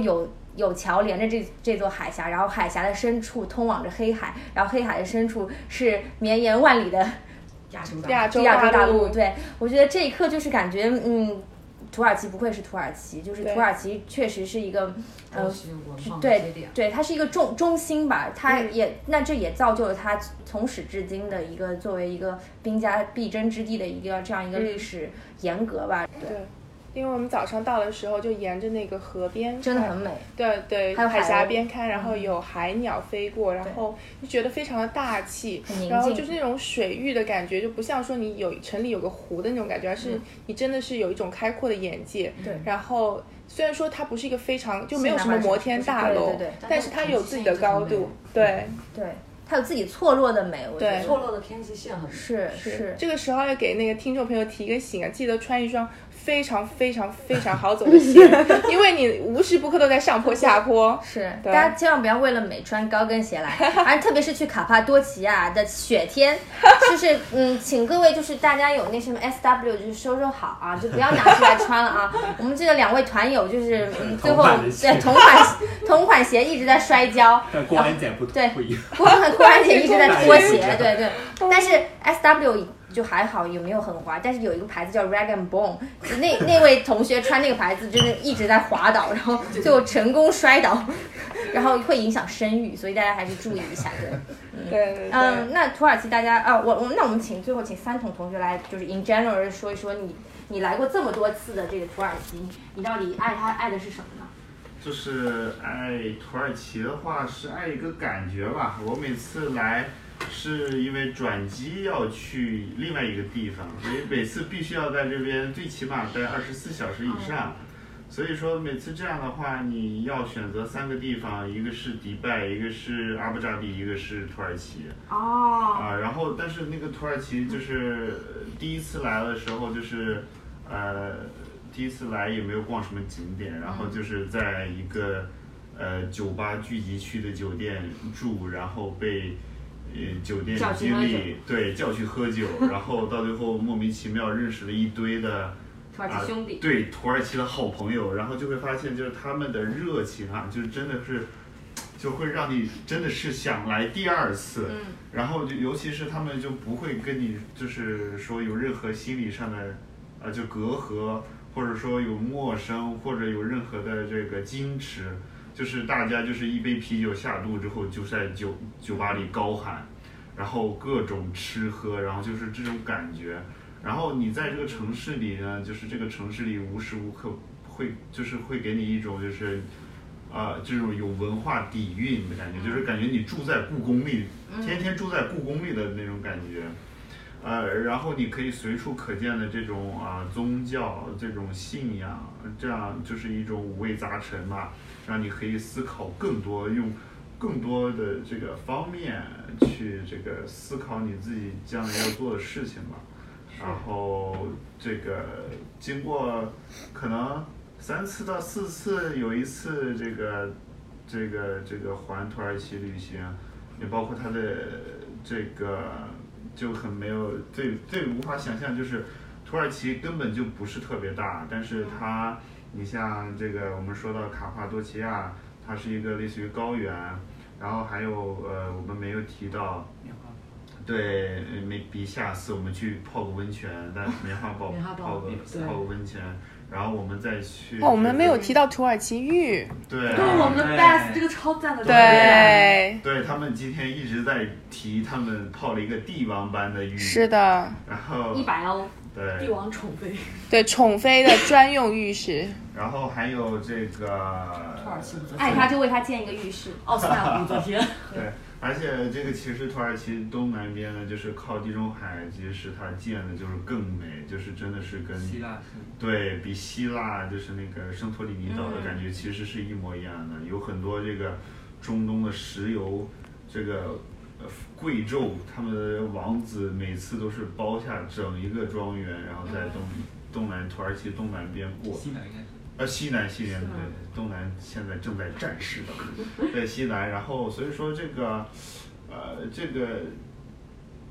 A: 有桥连着这座海峡，然后海峡的深处通往着黑海，然后黑海的深处是绵延万里的亚洲大陆。对，我觉得这一刻就是感觉土耳其不愧是土耳其，就是土耳其确实是一个对，它是一个中心吧，它也这也造就了它从始至今的一个作为一个兵家必争之地的一个这样一个历史沿革吧。
C: 对，因为我们早上到的时候就沿着那个河边，
A: 真的很美。
C: 对，还有海峡边开，然后有海鸟飞过，然后就觉得非常的大气，然后就是那种水域的感觉，就不像说你城里有个湖的那种感觉，而是你真的是有一种开阔的眼界。
A: 对，
C: 然后虽然说它不是一个非常就没有什么摩天大楼，但是它有自己的高度。对。
A: 它有自己错落的美，我觉得
F: 错落的天际线很美。
A: 是。
C: 这个时候要给那个听众朋友提个醒啊，记得穿一双非常非常非常好走的鞋，因为你无时不刻都在上坡下坡。
A: 是，大家千万不要为了美穿高跟鞋来，而特别是去卡帕多奇亚的雪天，就是请各位就是大家有那什么 SW 就是收好啊，就不要拿出来穿了啊。我们这个2位团友就是最后对同款鞋一直在摔跤，
D: 但过安检不一样，
A: 过安检一直在脱鞋，对，但是 SW。就还好，有没有很滑？但是有一个牌子叫 Rag and Bone， 那位同学穿那个牌子真的一直在滑倒，然后最后成功摔倒，然后会影响声誉，所以大家还是注意一下。
C: 对。
A: 那土耳其大家那我们最后请三筒同学来，就是 in general 说一说你来过这么多次的这个土耳其，你到底爱它爱的是什么呢？
E: 就是爱土耳其的话是爱一个感觉吧，我每次来。是因为转机要去另外一个地方，所以每次必须要在这边最起码待24小时以上。所以说每次这样的话，你要选择3个地方，一个是迪拜，一个是阿布扎比，一个是土耳其。然后但是那个土耳其就是第一次来的时候，就是第一次来也没有逛什么景点，然后就是在一个酒吧聚集区的酒店住，然后被酒店经理叫去喝酒，然后到最后莫名其妙认识了一堆的
A: 土耳其兄弟，
E: 对土耳其的好朋友，然后就会发现就是他们的热情啊，就是真的是就会让你真的是想来第2次，然后就尤其是他们就不会跟你就是说有任何心理上的就隔阂，或者说有陌生或者有任何的这个矜持。就是大家就是一杯啤酒下肚之后就在酒吧里高喊，然后各种吃喝，然后就是这种感觉。然后你在这个城市里呢，就是这个城市里无时无刻会给你一种就是这种有文化底蕴的感觉，就是感觉你住在故宫里，天天住在故宫里的那种感觉。然后你可以随处可见的这种宗教这种信仰，这样就是一种五味杂陈嘛，让你可以思考更多，用更多的这个方面去这个思考你自己将来要做的事情嘛。然后这个经过可能3次到4次，有一次这个环土耳其旅行，也包括它的这个。就很没有最无法想象，就是土耳其根本就不是特别大，但是你像这个我们说到卡帕多奇亚，它是一个类似于高原，然后还有我们没有提到，对，比下次我们去泡个温泉，在棉花堡泡个温泉，然后我们再去。
C: 我们没有提到土耳其浴。
E: 对，
F: 我们的 best 这个超赞的。
C: 对，
E: 他们今天一直在提，他们泡了一个帝王般的浴。
C: 是的。
E: 然后
A: 100欧。
E: 对。
F: 帝王宠妃。
C: 对，宠妃的专用浴室。
E: 然后还有这个。
F: 土耳其。
A: 爱他就为他建一个浴室。
F: 奥斯曼武则天。
E: 对。而且这个其实土耳其东南边呢，就是靠地中海，其实它建的就是更美，就是真的是跟
D: 希腊
E: 对比希腊就是那个圣托里尼岛的感觉其实是一模一样的，有很多这个中东的石油这个贵胄，他们的王子每次都是包下整一个庄园，然后在东南土耳其东南边过。西南对，东南现在正在战事当中，在西南，然后所以说这个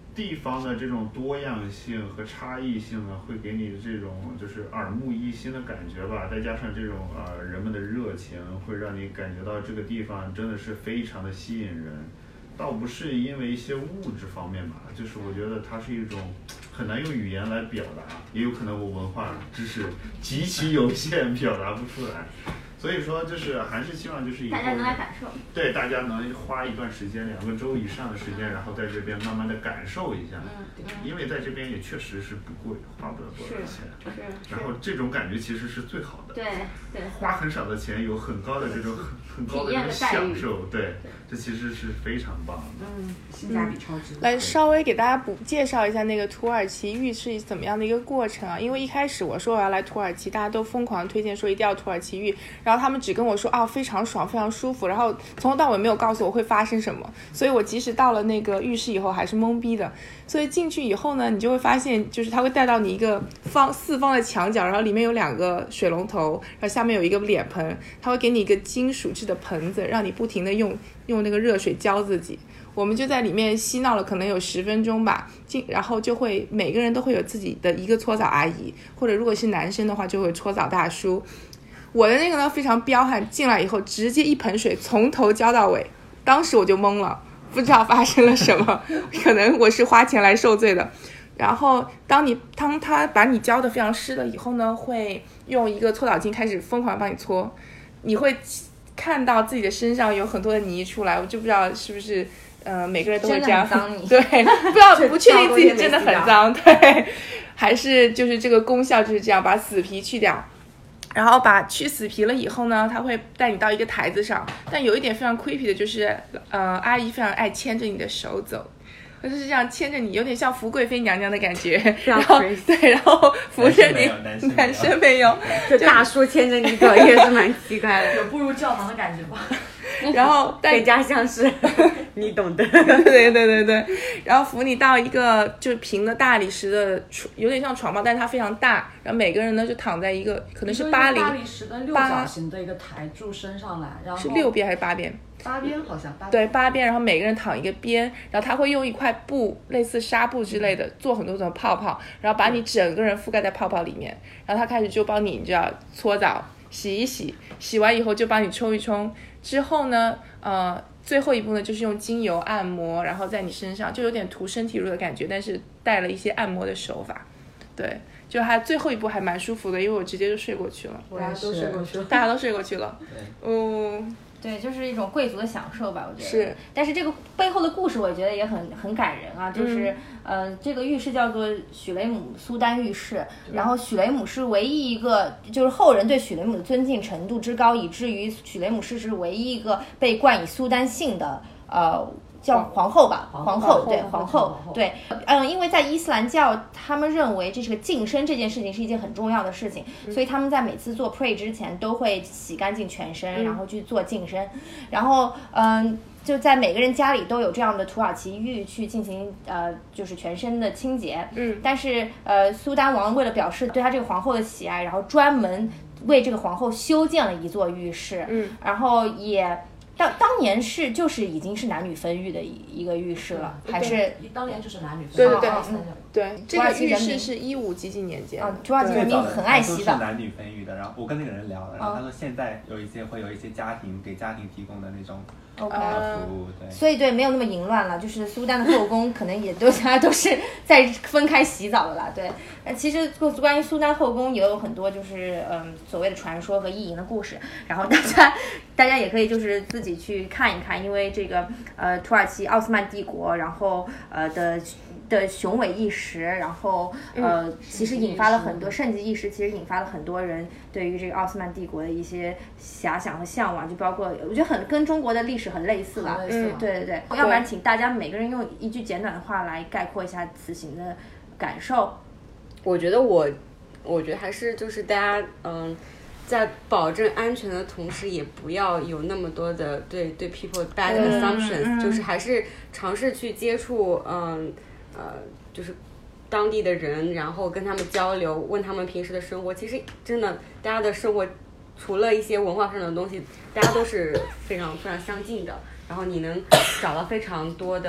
E: 地方的这种多样性和差异性呢，会给你这种就是耳目一新的感觉吧，再加上这种人们的热情，会让你感觉到这个地方真的是非常的吸引人。倒不是因为一些物质方面吧，就是我觉得它是一种很难用语言来表达，也有可能我文化知识极其有限，表达不出来。所以说，就是还是希望就是以后
H: 大家能来感受，
E: 对，大家能花一段时间，2个周以上的时间，然后在这边慢慢的感受一下，因为在这边也确实是不贵，花不了多少钱，然后这种感觉其实是最好的，
H: 对，
E: 花很少的钱有很高的这种很高的这种享受，对，这其实是非常棒的，
G: 性价比超值。
C: 来稍微给大家介绍一下那个土耳其浴是怎么样的一个过程啊？因为一开始我说我要来土耳其，大家都疯狂推荐说一定要土耳其浴，然后他们只跟我说非常爽，非常舒服，然后从头到尾没有告诉我会发生什么，所以我即使到了那个浴室以后还是懵逼的。所以进去以后呢，你就会发现，就是它会带到你一个四方的墙角，然后里面有2个水龙头，然后下面有一个脸盆，它会给你一个金属制的盆子，让你不停的用那个热水浇自己。我们就在里面嬉闹了可能有10分钟吧，然后就会每个人都会有自己的一个搓澡阿姨，或者如果是男生的话就会搓澡大叔。我的那个呢非常彪悍，进来以后直接一盆水从头浇到尾，当时我就懵了，不知道发生了什么，可能我是花钱来受罪的。然后当他把你浇的非常湿了以后呢，会用一个搓澡巾开始疯狂帮你搓，你会看到自己的身上有很多的泥出来，我就不知道是不是每个人都会这样，对，不确定自己真的很脏，对，还是就是这个功效就是这样，把死皮去掉。然后去死皮了以后呢，他会带你到一个台子上，但有一点非常 creepy 的就是阿姨非常爱牵着你的手走，就是这样牵着你，有点像福贵妃娘娘的感觉，然后对，然后扶着你，男生没有，
G: 就大叔牵着你走也是蛮奇怪的，
F: 有步入教堂的感觉吧。
C: 然后
G: 更加像是你懂得，
C: 对，然后扶你到一个就是平的大理石的，有点像床吧，但是它非常大，然后每个人呢就躺在一个可能是
F: 大理石的六角形的一个台柱升上来，然后
C: 是6边还是8边
F: ？8边好像
C: 对8边，然后每个人躺一个边，然后他会用一块布类似纱布之类的做很多种泡泡，然后把你整个人覆盖在泡泡里面，然后他开始就帮你就要搓澡洗一洗，洗完以后就帮你冲一冲，之后呢最后一步呢就是用精油按摩，然后在你身上就有点涂身体乳的感觉，但是带了一些按摩的手法，对，就还最后一步还蛮舒服的，因为我直接就睡过去了，
F: 大家都睡过去了，
H: 对，就是一种贵族的享受吧，我觉得
C: 是。
H: 但是这个背后的故事，我觉得也很感人啊。就是这个浴室叫做许雷姆苏丹浴室，然后许雷姆是唯一一个，就是后人对许雷姆的尊敬程度之高，以至于许雷姆是唯一一个被冠以苏丹姓的叫皇后吧，皇后对皇后对，因为在伊斯兰教，他们认为这是个净身这件事情是一件很重要的事情，所以他们在每次做 pray 之前都会洗干净全身，然后去做净身，然后就在每个人家里都有这样的土耳其浴去进行就是全身的清洁，但是苏丹王为了表示对他这个皇后的喜爱，然后专门为这个皇后修建了一座浴室，然后也。当年就是已经是男女分浴的一个浴室了，还是
F: 当年就是男女分浴。
C: 对，这个浴室是15几年间
H: 土耳其人民很爱洗澡，
D: 是男女分浴的。然后我跟那个人聊了，然后他说现在会有一些家庭给家庭提供的那种服务，对。
H: 所以对没有那么淫乱了，就是苏丹的后宫可能也大家都是在分开洗澡的啦，对。其实关于苏丹后宫也有很多就是所谓的传说和意淫的故事，然后大家也可以就是自己去看一看，因为这个土耳其奥斯曼帝国，然后的雄伟一时，然后其实引发了很多盛极一时，其实引发了很多人对于这个奥斯曼帝国的一些遐想和向往，就包括我觉得跟中国的历史很类似吧，对，要不然请大家每个人用一句简短的话来概括一下此行的感受。
G: 我觉得还是就是大家在保证安全的同时，也不要有那么多的对 people bad assumptions，就是还是尝试去接触就是当地的人，然后跟他们交流，问他们平时的生活。其实真的大家的生活除了一些文化上的东西，大家都是非常非常相近的，然后你能找到非常多的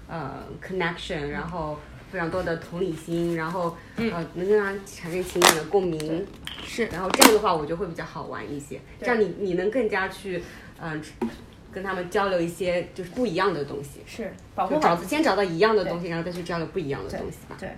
G: connection， 然后非常多的同理心，然后能跟他产生情感的共鸣，
C: 是，
G: 然后这样的话我觉得会比较好玩一些，这样你能更加去跟他们交流一些就是不一样的东西，
H: 是保护好，
G: 先找到一样的东西，然后再去交流不一样的东西吧。
H: 对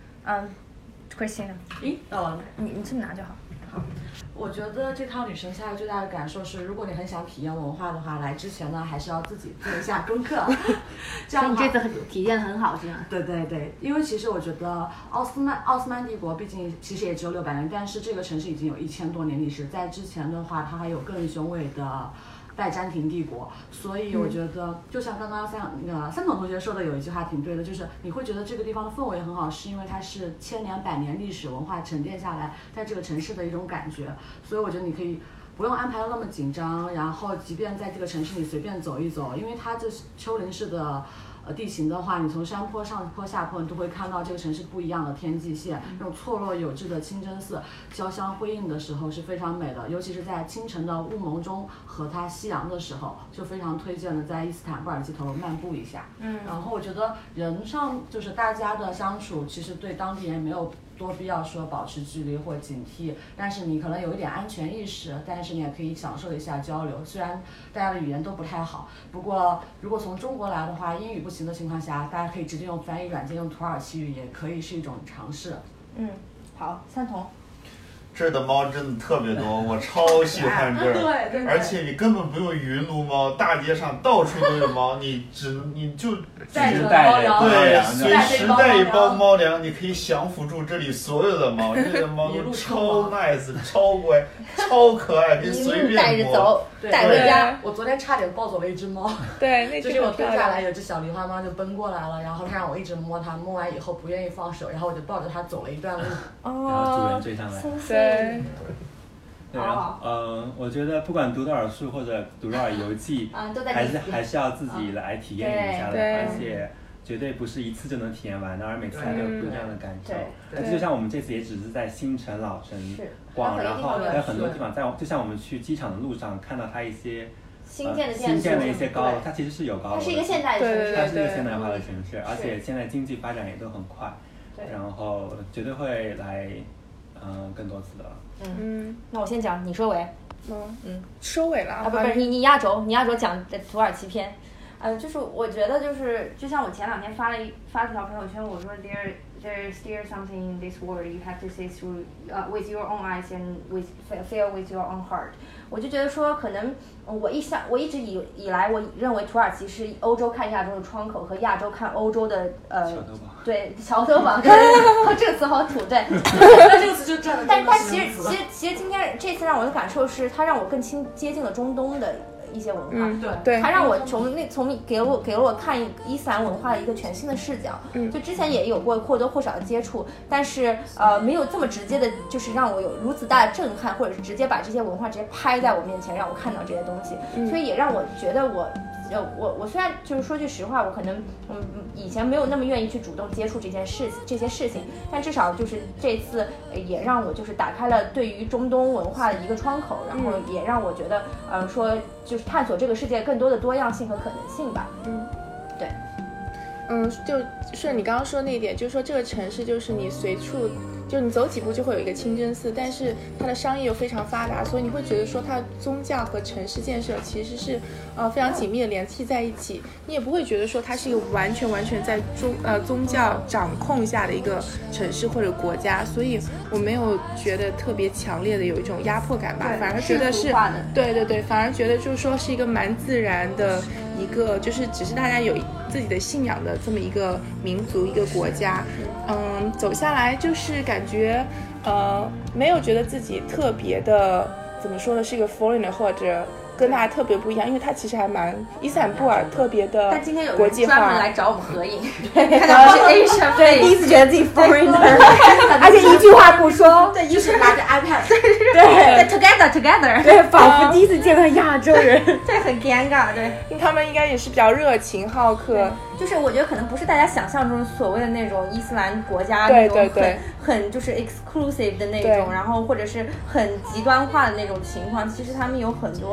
H: ，Christina，
F: 到了，
H: 你这么拿就好。
F: 好，我觉得这趟旅程下来最大的感受是，如果你很想体验文化的话，来之前呢还是要自己做一下功课。这样
H: 所以你这次体验很好，是吗？
F: 对对对，因为其实我觉得奥斯曼帝国毕竟其实也只有600年，但是这个城市已经有1000多年历史，在之前的话，它还有更雄伟的拜占庭帝国，所以我觉得就像刚刚三总同学说的有一句话挺对的，就是你会觉得这个地方的氛围很好，是因为它是千年百年历史文化沉淀下来在这个城市的一种感觉，所以我觉得你可以不用安排的那么紧张，然后即便在这个城市里随便走一走，因为它这丘陵式的地形的话，你从山坡上坡下坡，你都会看到这个城市不一样的天际线，那种错落有致的清真寺交相辉映的时候是非常美的，尤其是在清晨的雾蒙中和它夕阳的时候，就非常推荐的在伊斯坦布尔街头漫步一下。然后我觉得人上就是大家的相处，其实对当地人没有多必要说保持距离或警惕，但是你可能有一点安全意识，但是你也可以享受一下交流。虽然大家的语言都不太好，不过如果从中国来的话，英语不行的情况下，大家可以直接用翻译软件，用土耳其语也可以是一种尝试。
H: 好，三童。
E: 这儿的猫真的特别多，我超喜欢这儿。
F: 对，
E: 而且你根本不用云撸猫，大街上到处都有猫，你就
F: 带着
D: 带着
E: 对，随时带一包猫粮，你可以降服住这里所有的猫。这些猫都超 nice， 超乖，超可爱，可以随便摸。
H: 带着走，带回家。
F: 我昨天差点抱走了一只猫，
C: 对，那
F: 就是我推下来有只小狸花猫就奔过来了，然后它让我一直摸它，摸完以后不愿意放手，然后我就抱着它走了一段路。
D: 然后主人追上来。
C: 对。
D: 对，然后我觉得不管读多少书或者读多少游记，还是要自己来体验一下的，而且绝对不是一次就能体验完的，而每次来都有不一样的感受。就像我们这次也只是在新城老城逛，然后还有很多地方就像我们去机场的路上看到它一些新建的一些高楼，它其实是有高楼的，
H: 它是一个现代的城市，
D: 它是一个现代化的城市，而且现在经济发展也都很快，然后绝对会来更多次的。
H: 那我先讲，你收尾。
C: 收尾了啊！
H: 不是你压轴讲土耳其篇。就是我觉得就像我前2天发了条朋友圈，我说 there's still something in this world you have to see through with your own eyes and feel with your own heart。我就觉得说，可能我一直以来我认为土耳其是欧洲看亚洲的窗口和亚洲看欧洲的对桥头堡，这个词好土，对，
F: 这个词就占了。
H: 但其实今天这次让我的感受是，它让我更接近了中东的一些文化，
C: 对，
H: 它让我给了我看伊斯兰文化的一个全新的视角。就之前也有过或多或少的接触，但是没有这么直接的，就是让我有如此大的震撼，或者是直接把这些文化直接拍在我面前，让我看到这些东西。所以也让我觉得我虽然就是说句实话，我可能以前没有那么愿意去主动接触这些事情，但至少就是这次也让我就是打开了对于中东文化的一个窗口，然后也让我觉得说就是探索这个世界更多的多样性和可能性吧。对。
C: 就顺你刚刚说那一点，就是说这个城市就是你随处就你走几步就会有一个清真寺，但是它的商业又非常发达，所以你会觉得说它宗教和城市建设其实是非常紧密的联系在一起，你也不会觉得说它是一个完全在宗教掌控下的一个城市或者国家，所以我没有觉得特别强烈的有一种压迫感吧，反而觉得是对，反而觉得就是说是一个蛮自然的一个，就是只是大家有自己的信仰的这么一个民族一个国家。走下来就是感觉没有觉得自己特别的怎么说呢，是一个 foreigner 或者跟大家特别不一样，因为它其实还蛮伊斯坦布尔特别的国际化。但
H: 今天有人专门来找我们合影，
C: 对，
H: 看到是 Asian， 对，第一次觉得自己 foreigner， 而且一句话不说，
F: 对，一直拿着 iPad，
H: 对 ，together，
G: 对，仿佛第一次见到亚洲人，
H: 对，很尴尬，对，
C: 他们应该也是比较热情好客。
H: 就是我觉得可能不是大家想象中所谓的那种伊斯兰国家那种很就是 exclusive 的那种，然后或者是很极端化的那种情况，其实他们有很多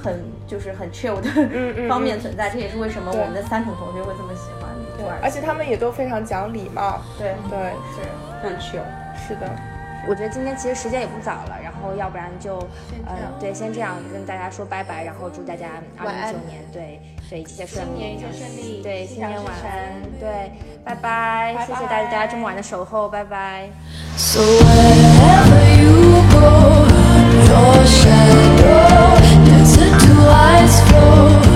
H: 就是很 chill 的方面存在，这也是为什么我们的3重同学会这么喜欢土耳其。
C: 而且他们也都非常讲礼貌。
H: 对，
C: 是
G: 很 chill。
C: 是的。
I: 我觉得今天其实时间也不早了，然后要不然就对，先这样跟大家说拜拜，然后祝大家2019年对一切顺利，
H: 新年一切顺利，
I: 对，新年晚安，对，拜拜，谢谢大家这么晚的守候，拜拜。
J: So wherever you go, your shadow turns into ice flow.